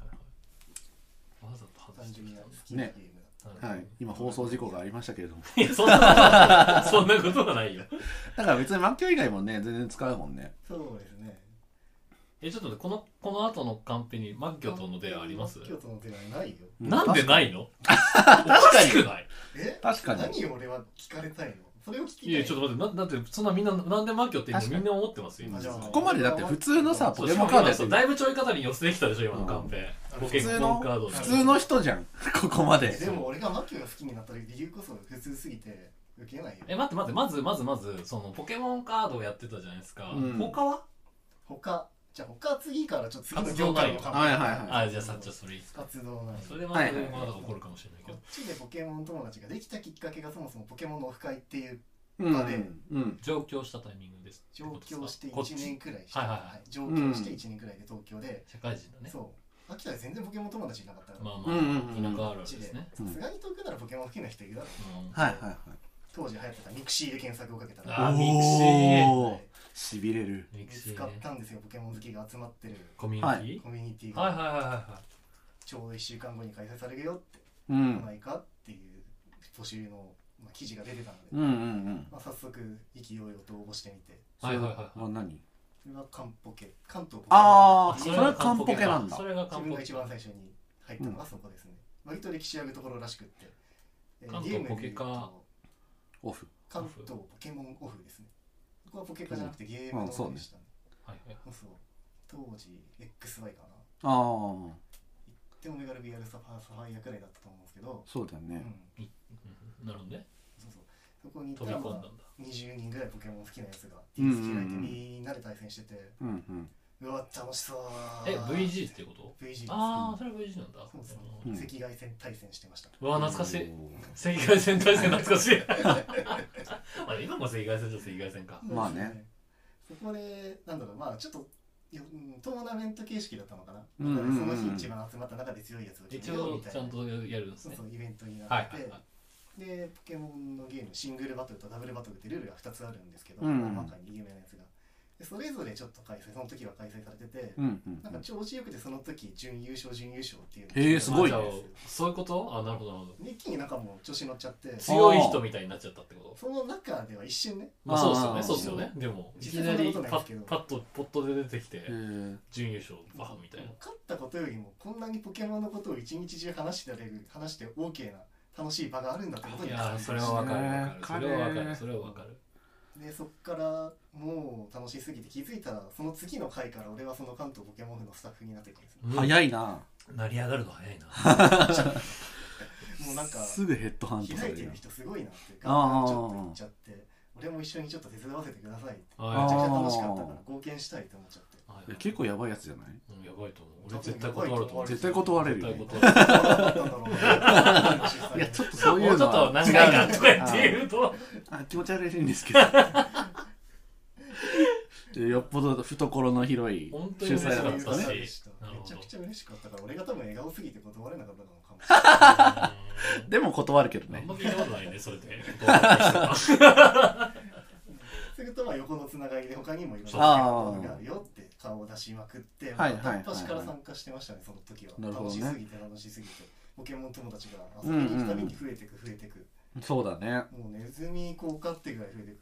わざと外してきた。 単純に好きなゲームだった。 はい、今放送事故がありましたけれども。 いや、そんなそんなことはないよ。 だから別にマッキョ以外もね全然使うもんね。 そうですね。 え、ちょっとね、このこの後のカンペにマッギョとの出はあります？ マッギョとの出はないよ。 なんでないの？ 確かに。 え？ 確かに。 何を俺は聞かれたいの？それを聞きたい。 いや、ちょっと待って、なだってそんなみんななんでマッギョってみんな思ってますよ。 ここまでだって普通のさポケモンカードやってだいぶちょい方に寄せてきたでしょ今のカンペ。ポケモンカード普通の人じゃんここまで。 でも俺がマッキョが好きになった理由こそ普通すぎて受けないよ。 え、待って待って、まずまずまずそのポケモンカードをやってたじゃないですか。他は？ 他じゃあ他は次からちょっと次の業界のカンペ。 はいはいはい。 あ、じゃあさ、じゃあそれいいですか。 活動ない。 それでまずまだ起こるかもしれないけど。 こっちでポケモン友達ができたきっかけがそもそもポケモンのオフ会っていう場で上京したタイミングです。 上京していちねんくらいして、 はいはいはい。 上京していちねんくらいで東京で社会人だね。 そう。秋田で全然ポケモン友達いなかったから。 まあまあ田舎あるわけですね。 さすがに東京ならポケモン好きな人いるだろ。 はいはいはい。 当時流行ってたミクシーで検索をかけたら。あ、ミクシー。 しびれる。 使ったんですよ、ポケモン好きが集まってるコミュニティ。 コミュニティが。 はいはいはいはい。 ちょうどいっしゅうかんごに開催されるよって。 うん。 ないかっていう募集の記事が出てたので。 うんうんうん。 まあ早速意気揚々と応募してみて。 はいはいはい。 何？ それはカンポケ、関東ポケ。 ああ、それはカンポケなんだ。 それがカンポケ。 自分が一番最初に入ったのがそこですね。割と歴史あるところらしくって。 関東ポケかオフ。 関東ポケモンオフですね。ここはポケカじゃなくてゲームのオフでしたね。 はいはい。 そう。当時 エックスワイ かな。 ああ。 でもメガルビアルサファーサファイアくらいだったと思うんですけど。 そうだよね。 なるほどね。 そうそう。そこに飛び込んだんだ。 にじゅうにんぐらいポケモン好きなやつがティースキライでみんなで対戦してて。 うんうん。 うわ楽しそう。 え ブイジー っていうこと？ ブイジー です。 ああそれ ブイジー なんだ。 そうそう。赤外線対戦してました。 うわ懐かしい。赤外線対戦懐かしい。あれ今も赤外線じゃ赤外線か。 まあね。 そこでなんだろうまあちょっとトーナメント形式だったのかな。その日一番集まった中で強いやつを一応ちゃんとやるんですね。 そうそうイベントになって。でポケモンのゲームシングルバトルとダブルバトルってルールがふたつあるんですけど、まあに有名なやつがでそれぞれちょっと開催その時は開催されてて、 うんうん、 なんか調子よくてその時準優勝準優勝っていうのへえすごいね。 そういうこと？あ、なるほどなるほど。 一気になんかもう調子乗っちゃって強い人みたいになっちゃったってこと？ その中では一瞬ね、 まあそうですよねそうですよね。でもいきなりパッパッとポットで出てきて準優勝バーンみたいな。 勝ったことよりもこんなにポケモンのことを一日中話してられる話して OK な楽しい場があるんだってことに感じました。いやそれはわかるわかる。それはわかる。それはわかる。 でそっからもう楽しすぎて気づいたらその次の回から俺はその関東ポケモン部のスタッフになってくるんです、 うん、早いな。 成り上がるの早いな。 もうなんかすぐヘッドハント開いてる人すごいなってガンガンちょっと言っちゃって俺も一緒にちょっと手伝わせてくださいってめちゃくちゃ楽しかったから貢献したいと思っちゃって。 いや結構やばいやつじゃない？ うん、やばいと思う。俺絶対断ると思う。 絶対断れるよ、ね。 絶対断る。いやちょっとそういうのはもうちょっと何回かとかっていうとあ気持ち悪いんですけど。よっぽど懐の広い主催だったんですかね。 めちゃくちゃ嬉しかったから俺が多分笑顔すぎて断れなかったのかもしれない。 でも断るけどね。 あんま聞いたことないねそれで。 するとまあ横のつながりで他にもいろんなものがあるよって顔を出しまくって片っ端から参加してましたねその時は。楽しすぎて楽しすぎてポケモン友達が遊びに行くたびに増えてく増えてく。 そうだね。 もうネズミ効果ってぐらい増えてく。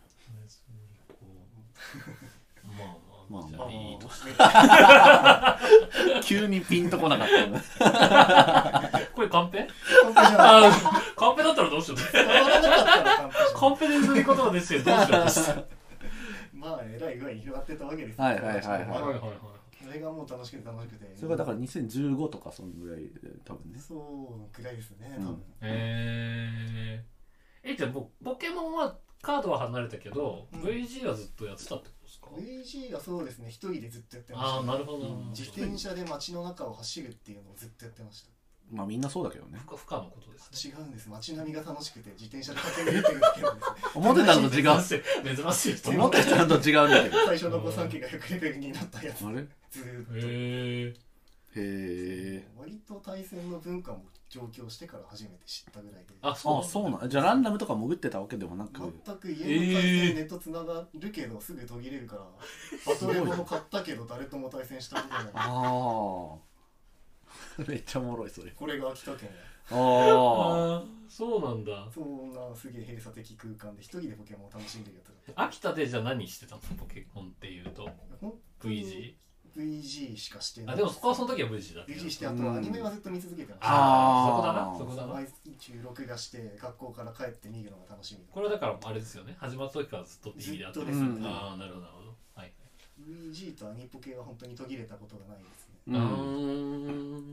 まあまあまあいいとして急にピンとこなかったこれカンペ？ カンペじゃない。 カンペだったらどうしよう。カンペで塗ることがですよどうしようとして。 まあえらい具合に広がってたわけですよ。 はいはいはいはい。 それがもう楽しくて楽しくて。 それがだからにせんじゅうごとかそのぐらいで多分ね。 そうぐらいですね。多分。 ええじゃあポケモンはカードは離れたけど、うん、ブイジー はずっとやってたってことですか？ ブイジー はそうですね一人でずっとやってました。 ああなるほど、うん、 自転車で街の中を走るっていうのをずっとやってました。 まあみんなそうだけどね。 不可のことですね。違うんです。街並みが楽しくて自転車で駆け抜けてるだけなんです。 思ってたのと違う。 珍しい人。 思ってたのと違うんだけど。 最初の御三家がひゃくレベルになったやつ。 あれ？ ずーっと。 へえ。 へえ。 割と対戦の文化も上京してから初めて知ったぐらいで。 あ、そうそうなん。じゃあランダムとか潜ってたわけでもなく。 全く家の対戦ネットつながるけどすぐ途切れるから。バトレボも買ったけど誰とも対戦したことない。 ああ。めっちゃおもろいそれ。 これが秋田県。 ああ。 そうなんだ。 そんなすげえ閉鎖的空間で一人でポケモンを楽しんでるやつだった。 秋田でじゃあ何してたのポケモンっていうと ブイジー？ブイジー しかしてない。 あでもそこはその時は ブイジー だった。 ブイジー してあとアニメはずっと見続けてました。 ああそこだなそこだな。 毎日録画して学校から帰って見るのが楽しみ。 これだからあれですよね。始まった時からずっと ティーブイ でやってる。ああなるほどなるほど。はい。 ブイジー とアニポケは本当に途切れたことがないですね。 うん。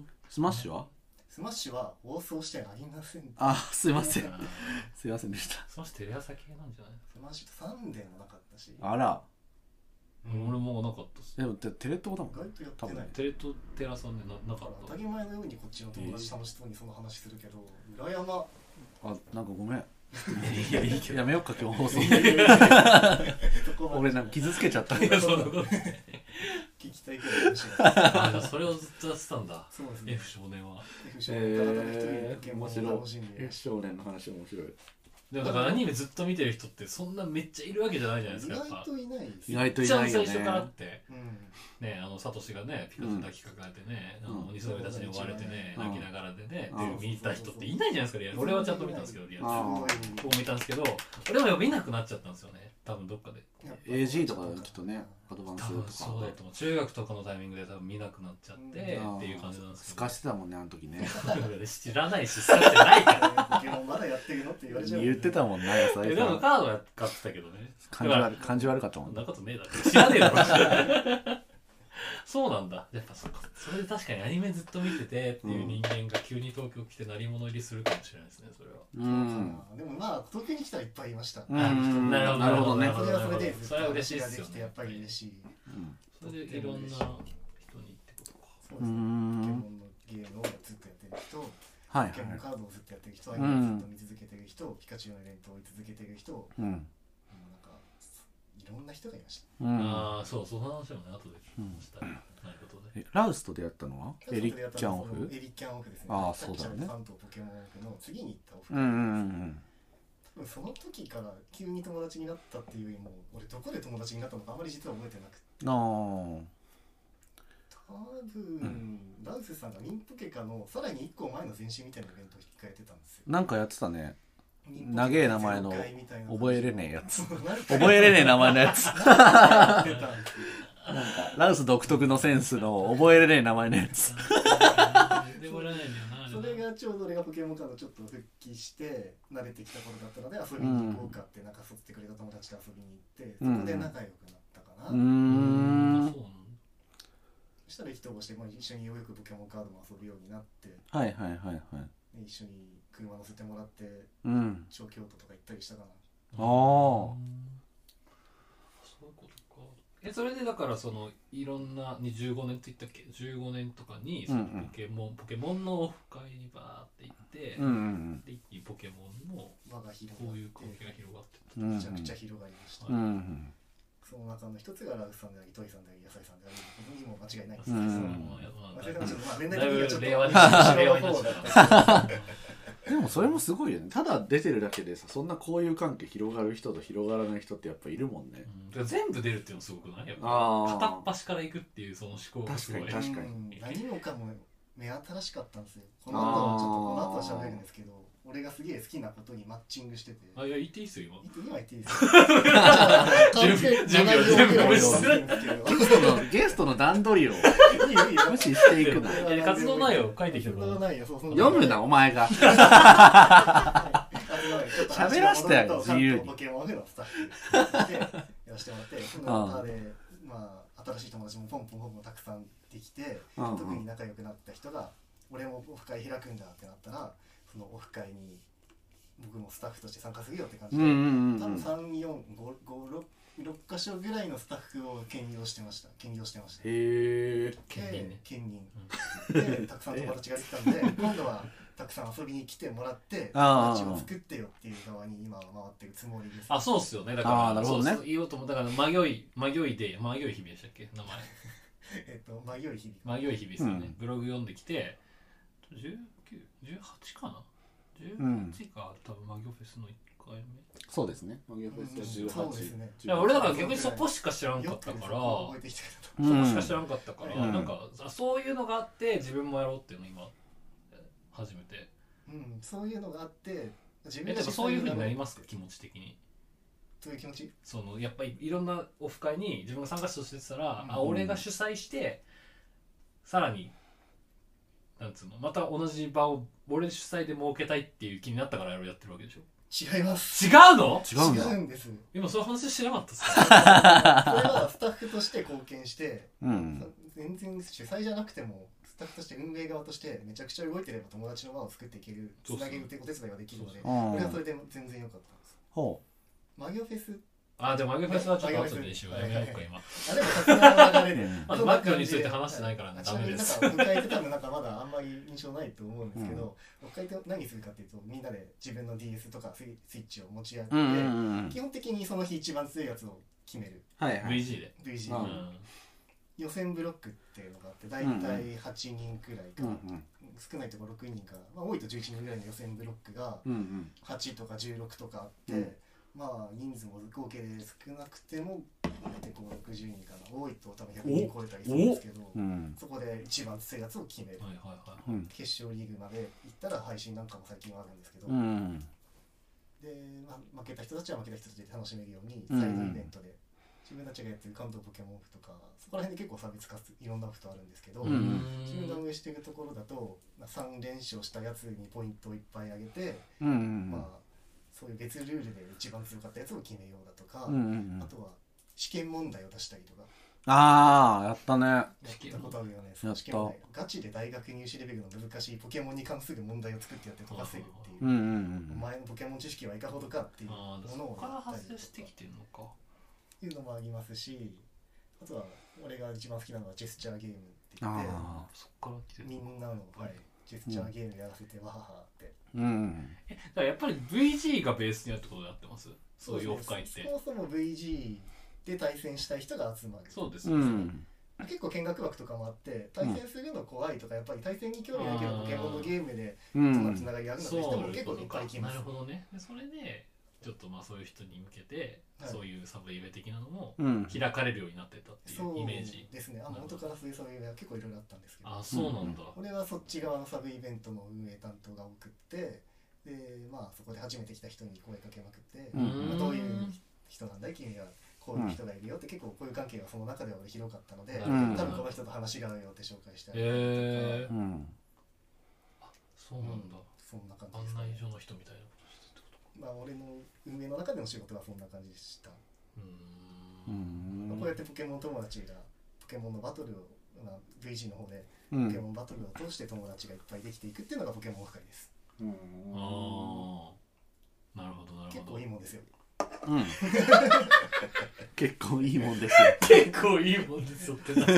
スマッシュは？ スマッシュは放送してありません。 あ、すいません。すいませんでした。 スマッシュテレ朝系なんじゃない？ スマッシュサンデーもなかったし。 あら。 俺もなかったっす。 でもテレ東だもん。 意外とやってない。 テレ東テラさんでななかった。 当たり前のようにこっちの友達楽しそうにその話するけど、裏山。 あ、なんかごめん。 いやいいけどやめよっか今日放送。俺なんか傷つけちゃった。 聞きたいけど。 あ、それをずっとやってたんだ。 そうですね。 F 少年は。 F 少年から一人でポケモンを楽しんで。 F 少年の話面白い。 でもだからアニメずっと見てる人ってそんなめっちゃいるわけじゃないじゃないですか。 意外といないです。 意外といないよね。 最初からってね、あのサトシがねピカチュウ抱きかかえてね、あの鬼そめたちに追われてね泣きながらでね見た人っていないじゃないですかリアル。俺はちゃんと見たんですけどリアル。僕見たんですけど、俺も見なくなっちゃったんですよね。多分どっかで。 エージー とかきっとね、アドバンスとか。 そうだと思う。中学とかのタイミングで多分見なくなっちゃってっていう感じなんですけど。 すかしてたもんねあの時ね。 知らないし、すかしてないから。 ポケモンまだやってるのって言われちゃう。 言ってたもんな野菜。 でもカードは買ってたけどね。 感じ悪感じ悪かったもん。 そんなことねえだろ。知らねえだろ。そうなんだ。やっぱそこそれで確かにアニメずっと見ててっていう人間が急に東京来て鳴り物入りするかもしれないですねそれは。 うん。 でもまあ東京に来たらいっぱいいました。 なるほどなるほどね。 それはそれでそれは嬉しいですよね。 やっぱり嬉しい。 それでいろんな人にってことか。 そうですね。ポケモンのゲームをずっとやってる人、ポケモンカードをずっとやってる人、アニメをずっと見続けてる人、ピカチュウのイベントを追い続けてる人、いろんな人がいました。 ああ、そう、その話もね、後でしたい。なるほどね。 ラウスと出会ったのはエリッキャンオフ？ エリッキャンオフですね。 ああ、そうだね。 関東ポケモンオフの次に行ったオフ。 うんうんうん。 その時から急に友達になったっていうよりも俺どこで友達になったのかあまり実は覚えてなくて、 あー多分、うん、ラウスさんがミンポケカのさらにいっこまえの前身みたいなイベントを控えてたんですよ。 なんかやってたね。長え名前の覚えれねえやつ覚えれねえ名前のやつなんかラウス独特のセンスの覚えれねえ名前のやつそれがちょうど俺がポケモンカードちょっと復帰して慣れてきた頃だったので遊びに行こうかってなんか誘ってくれた友達と遊びに行って、そこで仲良くなったかな。 うーんそしたら人をして、まあ、一緒にようやくポケモンカードも遊ぶようになって、 はいはいはいはい、 一緒に車乗せてもらってうん、 小京都とか行ったりしたかな。 ああ、 そういうことか。え、それでだからそのいろんなにじゅうごねんって言ったっけ、じゅうごねんとかにそのポケモン、うんうん、ポケモンのオフ会にバーって行って、 うんうん、 で一気にポケモンの輪が広こういう関係が広がってった、 めちゃくちゃ広がりました、 うんうん、 その中の一つがラウスさんであり、糸井さんであり、野菜さんであり、僕にも間違いないですけど、 うん、年代的にはちょっと令和になっちゃうでもそれもすごいよね。ただ出てるだけでさ、そんな交友関係広がる人と広がらない人ってやっぱいるもんね。 うん、全部出るっていうのすごくない？やっぱ片っ端から行くっていうその思考がすごい。 確かに確かに。 何もかも目新しかったんですよ。この後ちょっとこの後は喋るんですけど、俺がすげえ好きなことにマッチングしてて。 あ、いや言っていいっすよ今。 今言っていいですよ。 準備を全部無視する。 ゲストの段取りを無視していくの。 活動内容書いてきたから。 読むなお前が。喋らせてよ自由に。 ポケモンのスタッフでやらせてもらって、その中でまあ新しい友達もポンポンポンポンたくさんできて、特に仲良くなった人が俺もオフ会開くんだってなったら、そのオフ会に僕もスタッフとして参加するよって感じで、多分さん、よん、ご、ろく箇所ぐらいのスタッフを兼用してました。兼用してました。 へえ。 兼任ね。兼任でたくさん友達ができたんで、今度はたくさん遊びに来てもらって友達を作ってよっていう側に今は回ってるつもりです。 あ、そうっすよね。だからあ、なるほどね。 そう言おうと思ったからマギョイマギョイでマギョイ日々でしたっけ名前。 えっとマギョイ日々。 マギョイ日々ですよね。ブログ読んできてじゅうきゅう、じゅうはちかな。じゅうはちが多分マギョフェスのいっかいめ。 そうですね。マギョフェスはじゅうはち。 いや俺だから逆にそこしか知らんかったから、そこしか知らんかったから、なんかそういうのがあって自分もやろうっていうのを今初めて。 うん、そういうのがあって自分でもそういう風になりますか気持ち的に。 どういう気持ち？ そのやっぱりいろんなオフ会に自分が参加者としてたら、うん、あ俺が主催してさらになんつうのまた同じ場を俺主催で設けたいっていう気になったからやってるわけでしょ。 違います。 違うの？ 違うんだ。 違うんです。 今そういう話してなかったっすか？ それはスタッフとして貢献して、うん、全然主催じゃなくてもスタッフとして運営側としてめちゃくちゃ動いてれば友達の輪を作っていける、つなげるってお手伝いができるので、これはそれで全然良かったんです。 ほう。マギョフェス。 あ、でもマギョフェスはちょっと後でしよう。やめようか今。 あ、でもさすがの流れで。 あとマギョについて話してないからね。 ダメです。なんか迎えて多分なんかまだあんまり印象ないと思うんですけど、迎えて何するかっていうとみんなで自分の ディーエス とかスイッチを持ち合って、基本的にその日一番強いやつを決める。 はいはい。 ブイジー で。 ブイジー で。予選ブロックっていうのがあってだいたいはちにんくらいか、少ないところろくにんか、まあ、多いとじゅういちにんぐらいの予選ブロックがはちとかじゅうろくとかあって、うん、まあ人数も合計で少なくても大体こうろくじゅうにんかな、多いと多分ひゃくにん超えたりするんですけど、うん、そこで一番強いやつを決める、はいはいはい、決勝リーグまで行ったら配信なんかも最近はあるんですけど、うん、で、まあ、負けた人たちは負けた人たちで楽しめるようにサイドイベントで、自分たちがやってる関東ポケモンオフとかそこら辺で結構差別化いろんなオフとあるんですけど、自分が運営しているところだと、まあ、さん連勝したやつにポイントをいっぱいあげて、うんうんうん、まあそういう別ルールで一番強かったやつを決めようだとか、うんうんうん、あとは試験問題を出したりとか。 ああ、やったね。やったことあるよね。試験問題ガチで大学入試レベルの難しいポケモンに関する問題を作ってやって解かせるっていう、うんうんうん、お前のポケモン知識はいかほどかっていうものをやったりとかいうのもありますし、あとは俺が一番好きなのはジェスチャーゲームって言って、 そっから来てるみんなの、はい、ジェスチャーゲームやらせてわははって、 うん、えだからやっぱり ブイジー がベースにあるってことでやってます？そういうオフ会って。 そもそも ブイジー で対戦したい人が集まる。 そうですね、うん、 結構見学枠とかもあって対戦するの怖いとか、やっぱり対戦に興味ないけどポケモンのゲームでつながりあるのって人も結構いっぱい来ます。 なるほどね。でそれでちょっとまあそういう人に向けて、 はい、 そういうサブイベ的なのもうん開かれるようになってたっていうイメージ、 そうですね。あの元からそういうサブイベは結構いろいろあったんですけど、 あそうなんだ、 俺はそっち側のサブイベントの運営担当が多くって、でまあそこで初めて来た人に声かけまくって、 うんまあ、どういう人なんだい君は、こういう人がいるよって、結構こういう関係がその中では俺広かったので、 うん、 多分この人と話が合うよって紹介したりとか、 へえー、 うん、 あそうなんだ、うん、 そんな感じです、ね、 案内所の人みたいなまあ俺の運営の中での仕事はそんな感じでした。 うーん、 まあ、こうやってポケモン友達がポケモンのバトルを、まあ、ブイジー の方でポケモンバトルを通して友達がいっぱいできていくっていうのがポケモンオフ会です。 うん、ああなるほどなるほど、 結構いいもんですよ。 うん結構いいもんですよ結構いいもんですよってな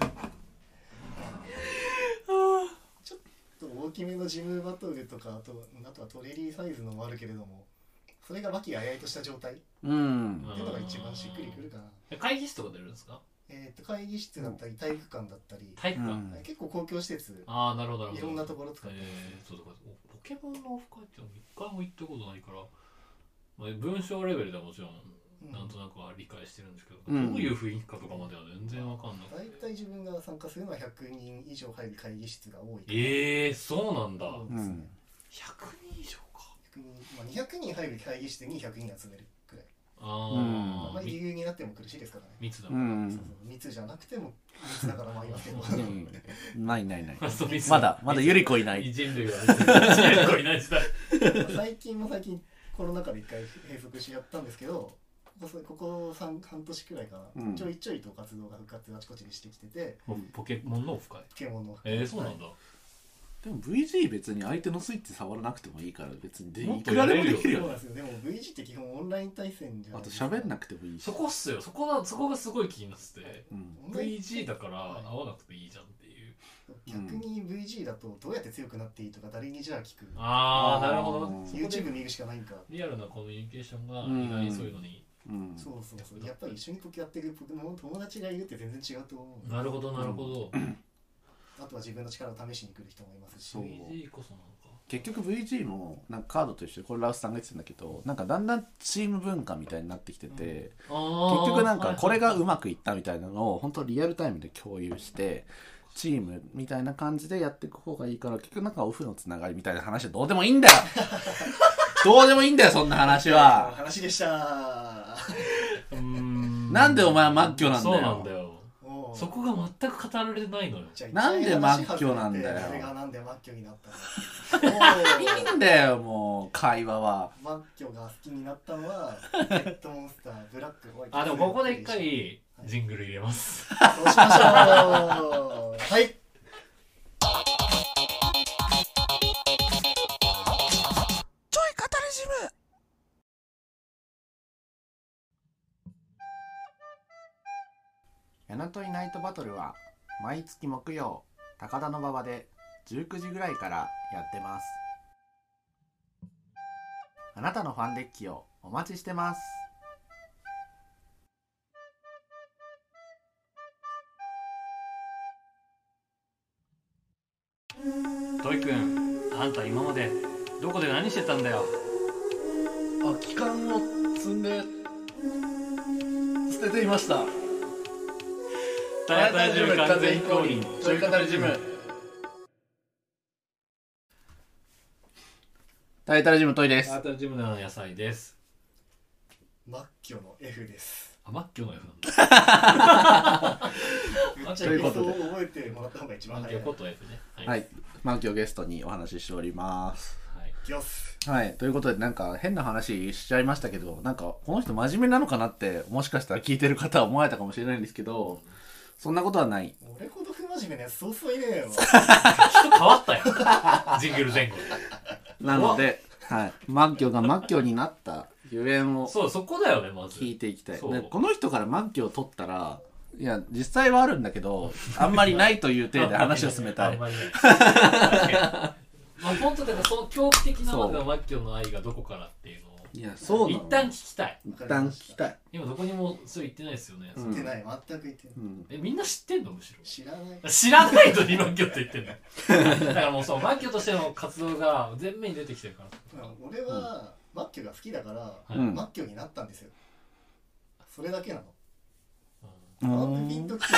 ちょっと大きめのジムバトルとか、あとあとはトレリーサイズのもあるけれども、それが和気あいあいとした状態ってうんいうのが一番しっくりくるかな。 会議室とか出るんですか？ えー、と会議室だったり体育館だったり、 体育館、 うんはい、結構公共施設、 ああなるほどなるほど、 いろんなところ使ってます、 えー、そうだからポケモンのオフ会ってのも一回も行ったことないから、まあ、文章レベルではもちろんなんとなくは理解してるんですけど、うん、どういう雰囲気かとかまでは全然わかんない。 大体自分が参加するのはひゃくにん以上入る会議室が多い。 ええー、そうなんだ。 そうですね、 ひゃくにん以上か。 ひゃくにん、まあ、にひゃくにん入る会議室にひゃくにん集めるくらい。 ああ、うん、あまり理由になっても苦しいですからね。 密だもん、 そうそう密じゃなくても密だからまあいますけどないないないまだまだゆり子いない人類はゆり子いない時代最近も最近コロナ禍で一回閉塞しやったんですけど、ここ、ここ半年くらいかな、うん、ちょいちょいと活動が復活あちこちにしてきてて、 ポケモンのオフ会ポケモンのオフ会、 えー、そうなんだ、はい、 でも ブイジー 別に相手のスイッチ触らなくてもいいから別にいくらでもできるよ。 そうなんですよ。でも ブイジー って基本オンライン対戦じゃないですか。 あと喋んなくてもいいし。 そこっすよ。そこがそこがすごい気になってて、うん、ブイジー だから会わなくていいじゃんっていう。 逆に ブイジー だとどうやって強くなっていいとか誰にじゃあ聞く。 ああなるほど。 YouTube 見るしかないんか。 リアルなコミュニケーションが意外にそういうのに。 うん、そうそうそう。やっぱり一緒にポケやってる友達がいるって全然違うと思う。 なるほどなるほど。 あとは自分の力を試しに来る人もいますし。 ブイジー こそなのか。 結局 ブイジー もなんかカードと一緒でこれラウスさんが言ってたんだけど、なんかだんだんチーム文化みたいになってきてて、うん、結局なんかこれがうまくいったみたいなのを本当リアルタイムで共有してチームみたいな感じでやっていく方がいいから、結局なんかオフのつながりみたいな話はどうでもいいんだよどうでもいいんだよそんな話は。 話でしたうーんなんでお前は末期なんだよ。 そうなんだよ。そこが全く語られてないのよ。 なんで末期なんだよ。 誰がなんで末期になったのいいんだよもう会話は。 末期が好きになったのはペットモンスターブラックホワイト。 あでもここで一回ジングル入れます。 そうしましょう。はい。 ちょいカタリズム。ヤナトイナイトバトルは毎月木曜高田馬場でじゅうくじぐらいからやってます。あなたのファンデッキをお待ちしてます。 トイくん、あんた今までどこで何してたんだよ。 空き缶を積んで捨てていました。 タヤタヤジム完全非公認ちょい語りジム。 タヤタヤジムトイです。 タヤタヤジムの野菜です。 末期の F です。 あ、末期の F なんだということで覚えてもらった方が一番早い。 末期こと F ね。 はい、末期をゲストにお話ししております。 はい、 はい、ということでなんか変な話しちゃいましたけど、なんかこの人真面目なのかなってもしかしたら聞いてる方は思われたかもしれないんですけど、そんなことはない。 俺ほど不真面目なやつそうそういねえよ。 人変わったよジングル前後なので、はい、末期が末期になったゆえんをそうそこだよねまず聞いていきたい。でこの人から末期を取ったら、いや実際はあるんだけどあんまりないという体で話を進めたい。 あんまりないまあ本当だからその狂気的なまでの末期の愛がどこからっていうのをいやそう一旦聞きたい。 一旦聞きたい。 今どこにもそれ言ってないですよね。 言ってない、全く言ってない、うん、 えみんな知ってんのむしろ知らない知らないとに末期って言ってんのだからもうそう末期としての活動が前面に出てきてるから。 俺はマッキョが好きだから、 はいマッキョになったんですよ。それだけなうの。 んピンときて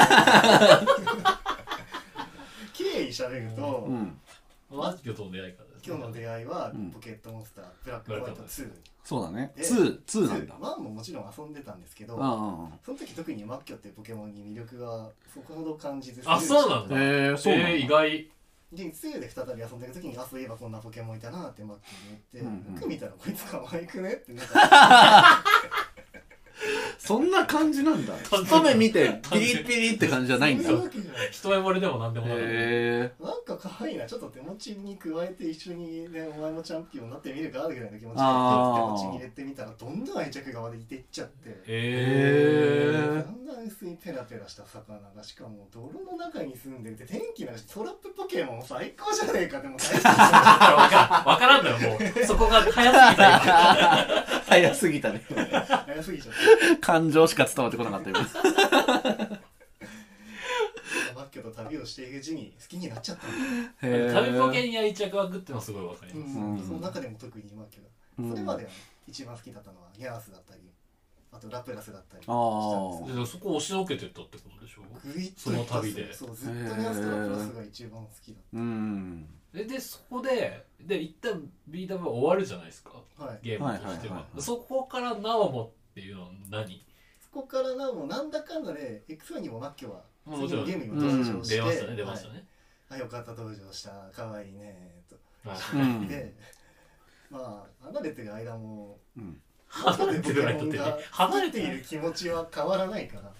経緯喋ると、 うんマッキョとの出会いからですね。 今日の出会いはうんポケットモンスターブラックホワイトツー、 そうだねでツーツーなんだワンももちろん遊んでたんですけど、 あその時特にマッキョっていうポケモンに魅力がそこほど感じず、 あ、そうなんあだ。 へえそうなんだえー、意外。 でツーで再び遊んでる時に、あ、そういえばこんなポケモンいたなってマッキョに言って、 うんうん僕見たらこいつ可愛くねってなんかそんな感じなんだ一目見てピリピリって感じじゃないんだそういうわけじゃない。 一目惚れでもなんでもなくて。 へなんか可愛いな、ちょっと手持ちに加えて一緒にね、お前もチャンピオンになってみるかぐらいの気持ちで手あー持ちに入れてみたら、どんどん愛着が湧いていっちゃって、 えだんだん薄いペラペラした魚が、しかも泥の中に住んでるって、天気なしトラップポケモン最高じゃねえか。でも大好きー。わからん、わからんだよ、もう。そこが早すぎた今。 早すぎたね早すぎちゃっ感情しか伝わってこなかった今た。マッキョと旅をしているうちに好きになっちゃったんだよ。 へ旅ポケに愛着湧くってのはすごいわかりうます。 んうんその中でも特にマッキョが、それまではね、一番好きだったのはギャースだったり、あとラプラスだったりしたんですよ。 でそこを押しのけてったってことでしょ。 グイッとその旅でそう、ずっとギャースとラプラスが一番好きだっうんででそこでで一旦 ビーダブリュー 終わるじゃないですか、 た。はい。 ゲームとしては,、 はいはいはいはいそこからなおもっていうのは何？ そこからなおなんだかんだで エックスワン にもマッキョはもちろん次のゲームにも登場して、 出ましたね出ましたね、 はい、あ、よかった登場した可愛いねと。 はいうんで、まあ離れてる間もうん離れてる間ってが離れている気持ちは変わらないから。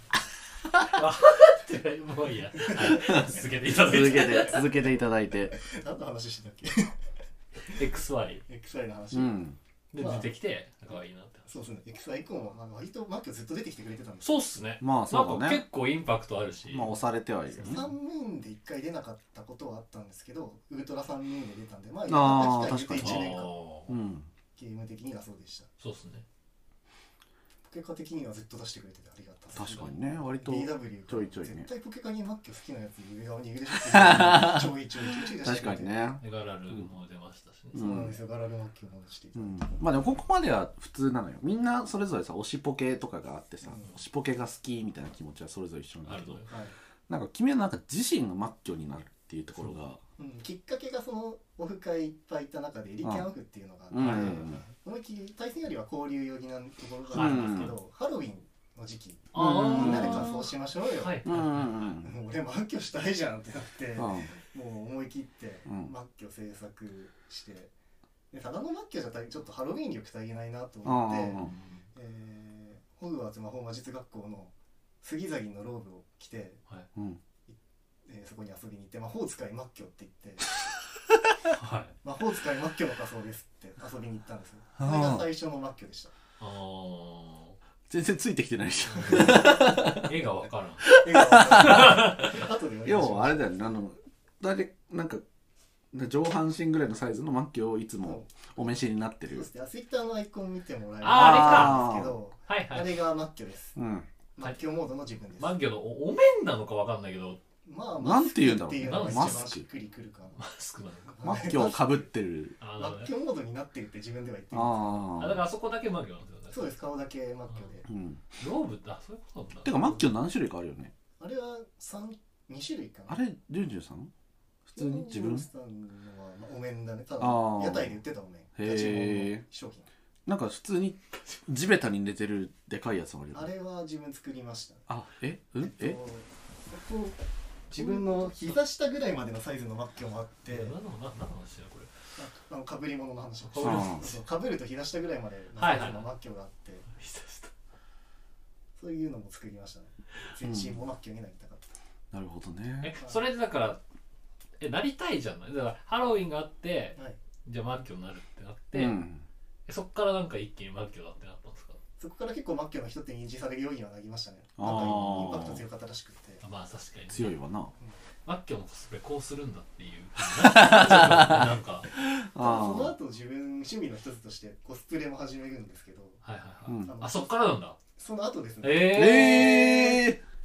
るもういいや、はい、続けていただいて続けて続けていただいて何の話してたっけ？ エックスワイエックスワイ の話。 うんで出てきて可愛いなって。 そうですね。エックスワイ 以降もまあ割とマッキョずっと出てきてくれてたんです。 そうっすね。 まあそうだねなんか結構インパクトあるし、 まあ押されてはいるよねサンムーンでいっかい出なかったことはあったんですけど、ウルトラサンムーンで出たんで、まあいろんな機会出ていちねんかんあーうんゲーム的にはそうでした。 そうっすね。 ポケカ的にはずっと出してくれててありがたい。 確かにね割とビーダブリューちょいちょいね絶対ポケカにマッキョ好きなやつ上側にいるでしょっていうちょいちょいちょいちょい出してくれて確かに。ねエガラルも出ましたしね。 そうなんですよ。ガラルマッキョも出していただいて。 うんまあでもここまでは普通なのよみんなそれぞれさ推しポケとかがあってさ、 うん推しポケが好きみたいな気持ちはそれぞれ一緒なんだけどあるのよ。 はい。 なんか君はなんか自身がマッキョになるっていうところがうん、きっかけがそのオフ会いっぱい行った中でエリキャンオフっていうのがあって、 うんその時対戦よりは交流寄りなところがあるんですけど、ハロウィンの時期あーみんなで仮装しましょうよ、 はい。 うんうんうんもう俺マッキョしたいじゃんってなって、 うんもう思い切ってうんマッキョ制作して、でただのマッキョじゃちょっとハロウィン力足りないなとうん思って、 うんえーホグワーツ魔法魔術学校の杉崎のローブを着て、 うんえーそこに遊びに行って魔法使いマッキョって言ってはい。 魔法使いマッキョの仮装ですって遊びに行ったんですよ。 あーそれが最初のマッキョでした。 ああ。 全然ついてきてないじ絵がわからん。 笑顔が後でゃん言われましょう要はあれだよねあのだいたいなんか上半身ぐらいのサイズのマッキョをいつもお召しになってるそうですね。ツイッターのアイコン見てもらえるあーあれかんですけど、 はいはい。 あれがマッキョです。 うんマッキョモードの自分です。 マッギョのおお面なのかわかんないけど、 まあなんて言うんだろうっていうのが一マスク番しっくりくるかな。 マスクなのか。 マッキョをかぶってるあのマッキョモードになってるって自分では言ってるんああだからあそこだけマッギョなんですよね。 です。そうです。顔だけマッキョで。 あうんローブってあそういうことなんだ。 てかマッキョ何種類かあるよねあれは三二種類かな。 あれジュンジュンさん普通に自分さんのはまあお面だね。ただあー屋台で売ってたお面。 へーガチモンの商品。 なんか普通に地べたに寝てるでかいやつもあるよねあれは自分作りました。 あえうんええっとそこ自分の膝下ぐらいまでのサイズのマッキョもあって、 何の何の話だよこれ。 あの被り物の話を被り物そう被ると膝下ぐらいまでのサイズのマッキョがあって、 久々 そういうのも作りましたね。全身もマッキョになりたかった。 なるほどねえそれでだからえなりたいじゃない。だからハロウィンがあってはい。 じゃあマッギョになるってなって、 うんえそっからなんか一気にマッギョだってなったんですか。 そこから結構マッキョの人って認知されるようにはなりましたね。 あーなんかインパクト強かったらしくて。 あまあ確かに、ね、 強いわなマッキョのコスプレこうするんだっていうなんかそのあ後自分趣味の一つとしてコスプレも始めるんですけど、 はいはいはい、 うんあそっからなんだ。 その後ですね。 ーえー、 え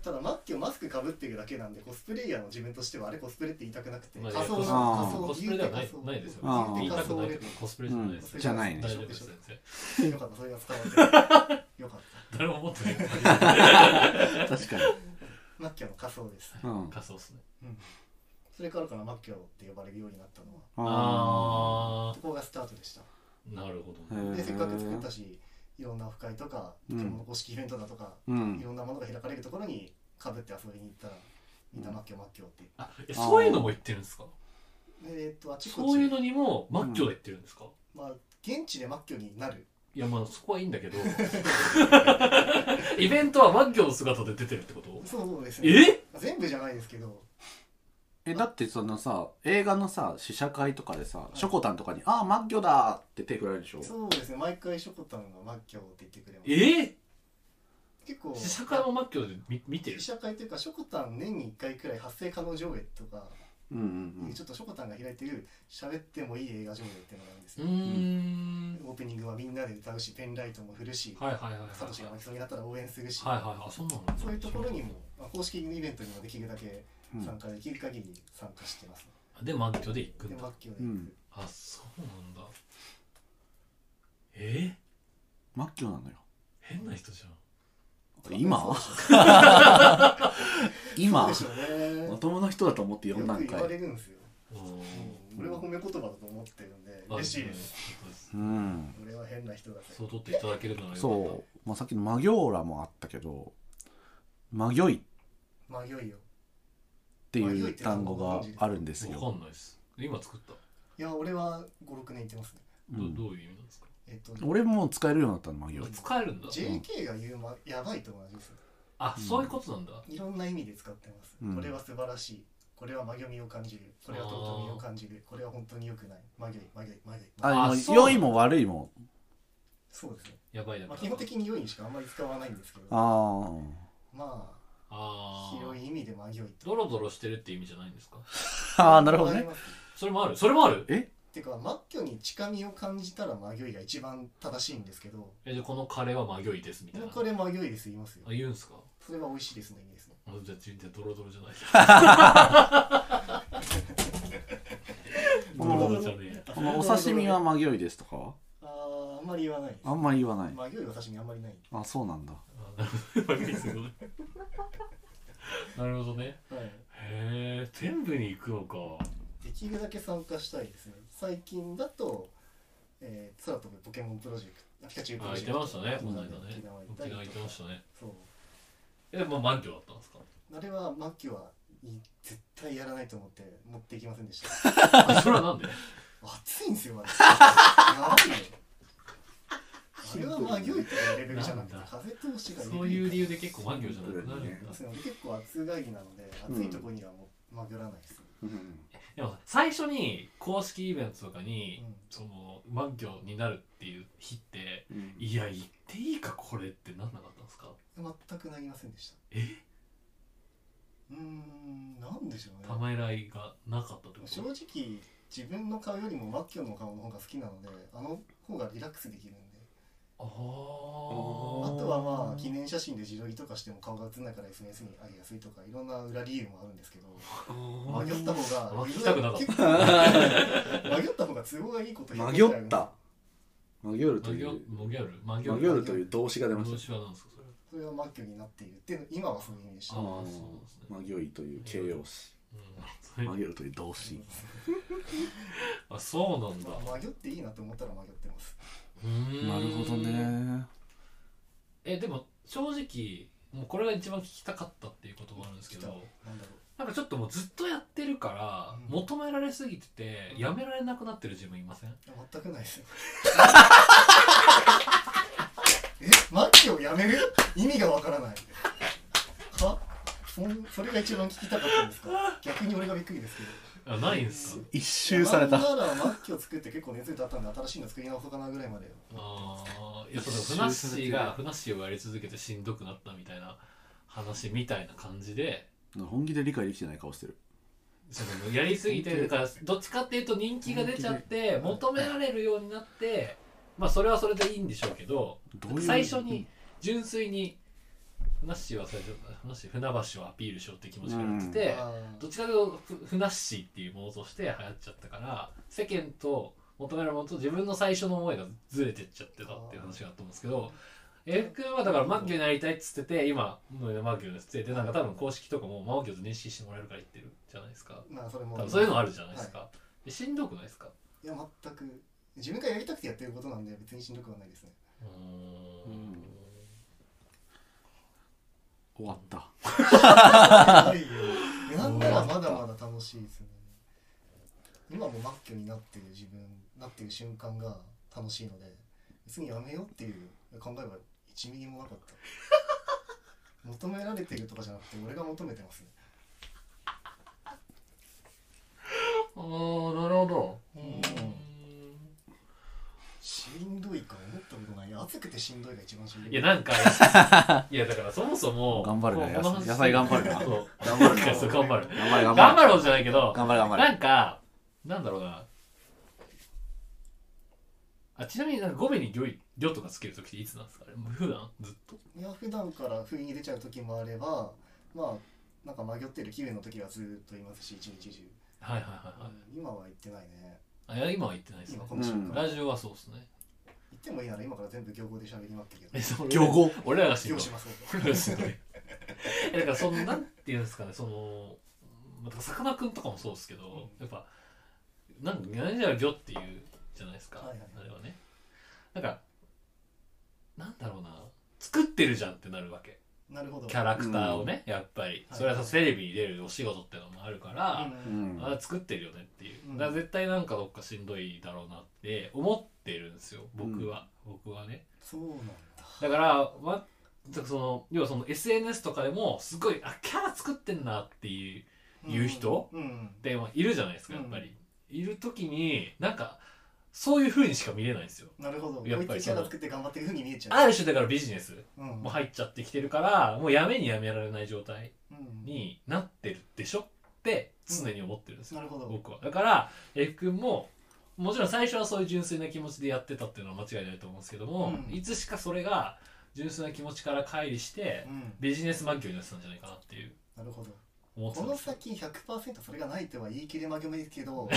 ただマッキョマスクかぶってるだけなんでコスプレイヤーの自分としてはあれコスプレって言いたくなくて、 まあ仮装なあー仮装コスプレではないないですよ。 あー言いたくない仮装コスプレじゃないです。 うんじゃないね大丈夫です全然。 よかったそれが伝わってるよかった誰も思ってない。 確かに、 マッキョの仮装です、 うん、 仮装っすね。 それからかなマッキョって呼ばれるようになったのはあここがスタートでした。 あ、なるほどね。 へーでせっかく作ったしいろんなオフ会とかポケモンの公式イベントだとか、 うんいろんなものが開かれるところにかぶって遊びに行ったらみんなマッキョマッキョって言って、 あ、えそういうのも言ってるんですか。 えーっとあちこちそういうのにもマッキョで言ってるんですか。 まあ現地でマッキョになるいやまあそこはいいんだけどイベントはマッキョの姿で出てるってこと。 そうですねえ全部じゃないですけどえだってそのさ映画のさ試写会とかでさ、ショコタンとかに「ああマッギョだ!」って手振られるでしょ。 そうですね毎回ショコタンがマッキョって言ってくれます。 え結構試写会もマッキョで見見てる。 試写会というかショコタン年にいっかいくらい発生可能上映とか、 うんうんうん、 ちょっとショコタンが開いてる喋ってもいい映画上映っていうのがあるんですよ。 うーん。 オープニングはみんなで歌うしペンライトも振るし、 はいはいはいはい。 サトシが泣きそうになったら応援するし、 はいはいはい。そうなんだ。 そういうところにも、まあ、公式イベントにもできるだけ参加できる限り参加してます、ね、 でマッキョで行くんでだ。 マッキョで行く、 うん、 あ、そうなんだ。えマッギョなのよ変な人じゃん。 今今そうでしょうね。 まともな人だと思ってよ読んだんく言わかい。 れるんですよ。 うん俺は褒め言葉だと思ってるんで嬉しいです。 うん俺は変な人だぜ。 そう取っていただけるならよかった。 そう、まあ、さっきのマギョーラもあったけどマギョイっまぎょいよ。 ていう単語があるんですわよ。 かんないです。今作った。 いや俺はご、ろくねん言ってますね。 どうんどういう意味なんですか。 えっと俺も使えるようになったのマギョイ。 使えるんだ。 ジェーケー が言う、ま、やばいと同じです。 あ、そういうことなんだ。 いろんな意味で使ってます、 うんこれは素晴らしい、これはまぎょみを感じる、これは尊みを感じる、これは本当に良くない、まぎょいまぎょいまぎょい、まぎょいあのあそう良いも悪いも。 そうですね、まあ、 やばいやばい。 基本的に良いにしかあんまり使わないんですけど、 あまああ広い意味でまぎょいとドロドロしてるって意味じゃないんですか。 あああなるほどね。 ありますそれもある。それもある。 えっていうかマッキョに近みを感じたらまぎょいが一番正しいんですけど、 え、じゃあこのカレーはマギョイですみたいな。 これまぎょいです言いますよあ、。言うんすか。 それは美味しいですの意味ですね。 あ、じゃあ全然ドロドロじゃないじゃん。ドロドロじゃねえや。 このお刺身はマギョイですとかはあーあんまり言わないです。 あんまり言わない。 まぎょいお刺身あんまりない。 あそうなんだ。 あ、なるほど。マギョイするのね。なるほどね。 はい。 へえ、全部に行くのか。 できるだけ参加したいですね。最近だと、えー、空飛ぶポケモンプロジェクト、ピカチュウプあ、 ロジェクト。 言ってましたね。この間ね。 沖縄行ったりとか沖縄行ってましたね。 そう。 え、でもマンキョだったんですか。 あれはマッキョはい絶対やらないと思って持っていきませんでした。 あ、それはなんで。 暑いんですよ、まだ。やばいよ。あれはマギョイとかレベルじゃなくてなんだ風通しがそういう理由で結構マンキョじゃなくなるんだ。 ですね結構暑がりなので暑いところにはもうまぎょらないです。 うんでも最初に公式イベントとかに、 うんそのマンキョになるっていう日って、 うんいや言っていいかこれってなんなかったんですか。 全くなりませんでした。 え、 うーん、なんでしょうね。 ためらいがなかったってこと。 正直自分の顔よりもマッキョの顔の方が好きなのであの方がリラックスできるんで、 あああとはまあ記念写真で自撮りとかしても顔が映らないから エスエヌエス に上げやすいとかいろんな裏理由もあるんですけど、マギョった方があ聞きたくなかった結構マギョった方が都合がいいことマギョったマギョルとマギョいうマギョルマギマョルギョルという動詞が出ま動し詞はなんですかそれ。 それはマッキョになっているっていうの今はそういう意味でした。 ああた。 そうですねマギョイという形容詞、 うん、 マギョルという動詞。 あ、そうなんだ。 まあ、マギョっていいなと思ったらマギョってます。 うーんなるほどね。 え、でも正直もうこれが一番聞きたかったっていうこともあるんですけど、 なんだろなんかちょっともうずっとやってるから、 うん求められすぎててやめられなくなってる自分いません。 う全くないですよ。えマッキョをやめる意味がわからない。はそんそれが一番聞きたかったんですか。逆に俺がびっくりですけど。 あ、ないんですか。 一周された。 なんならマッキョを作って結構熱意だったんで新しいの作り直そうかなぐらいまで。 ああ、いや、そのふなっしーがふなっしーをやり続けてしんどくなったみたいな話みたいな感じで、 本気で理解できてない顔してる。 そのやりすぎてるからどっちかっていうと人気が出ちゃって求められるようになって、まあそれはそれでいいんでしょうけど、 どういう最初に純粋にふなっしーは最初ふなっしー船橋をアピールしようっていう気持ちがあってて、うん、どっちかというとふふなっしーっていうものとして流行っちゃったから世間と求めるものと自分の最初の思いがずれてっちゃってたっていう話があったと思うんですけど、エフ君はだからマッキョになりたいっつってて今マッキョですって言ってなんか多分公式とかもマッキョと認識してもらえるから言ってるじゃないですか。 まあそれも多分そういうのあるじゃないですか、はい、しんどくないですか？ いや全く自分がやりたくてやってることなんで別にしんどくはないですね。うーん終わった。 なんならまだまだ楽しいですね。今もマッキョになってる自分なってる瞬間が楽しいので別にやめようっていう考えはいちミリもなかった。求められてるとかじゃなくて俺が求めてますね。 ああなるほど。うん、 しんどいか思ったことない。暑くてしんどいが一番しんどい。 いやなんかいやだからそもそも頑張るな野菜頑張るなそう頑張るなそう頑張る頑張る頑張る頑張るほどじゃないけど頑張る頑張るなんかなんだろうなあちなみになんか語尾に魚い魚とかつけるときっていつなんですかね。普段ずっといや普段から不意に出ちゃう時もあればまあなんか迷ってる気分の時はずっといますし一日中。 はいはいはいはい、 うん、今は言ってないね。 あいや今は言ってないですね。 今この瞬間、 うん、ラジオはそうですね。 言ってもいいなら今から全部魚語で喋りますけど。 えそ魚語俺らがしんどい。 します俺らがしんどい。えだからそのなんていうんですかねそのまたさかなクンとかもそうですけど、うん、やっぱなんか何じゃ魚っていうじゃないですか、はいはい、あれはねなんかなんだろうな作ってるじゃんってなるわけ。 なるほど。 キャラクターをね、うん、やっぱりそれはテレビに出るお仕事ってのもあるから、うん、あ作ってるよねっていう、うん、だから絶対なんかどっかしんどいだろうなって思ってるんですよ僕は、うん、僕はね。 そうなんだ。 だからまその要はその エスエヌエス とかでもすごいあキャラ作ってんなっていういう人、うんうん、で、まあ、いるじゃないですかやっぱり、うん、いる時になんかそういう風にしか見れないんですよ。 なるほど。やっぱりキャラ作って頑張ってる風に見えちゃう。 ある種だからビジネスも入っちゃってきてるから、うん、もうやめにやめられない状態になってるでしょって常に思ってるんですよ、 うん、なるほど。 僕はだから F 君ももちろん最初はそういう純粋な気持ちでやってたっていうのは間違いないと思うんですけども、うん、いつしかそれが純粋な気持ちから乖離して、うん、ビジネスマン業になってたんじゃないかなっていう。 なるほど。この先 ひゃくパーセント それがないとは言い切れまぎょめですけどもう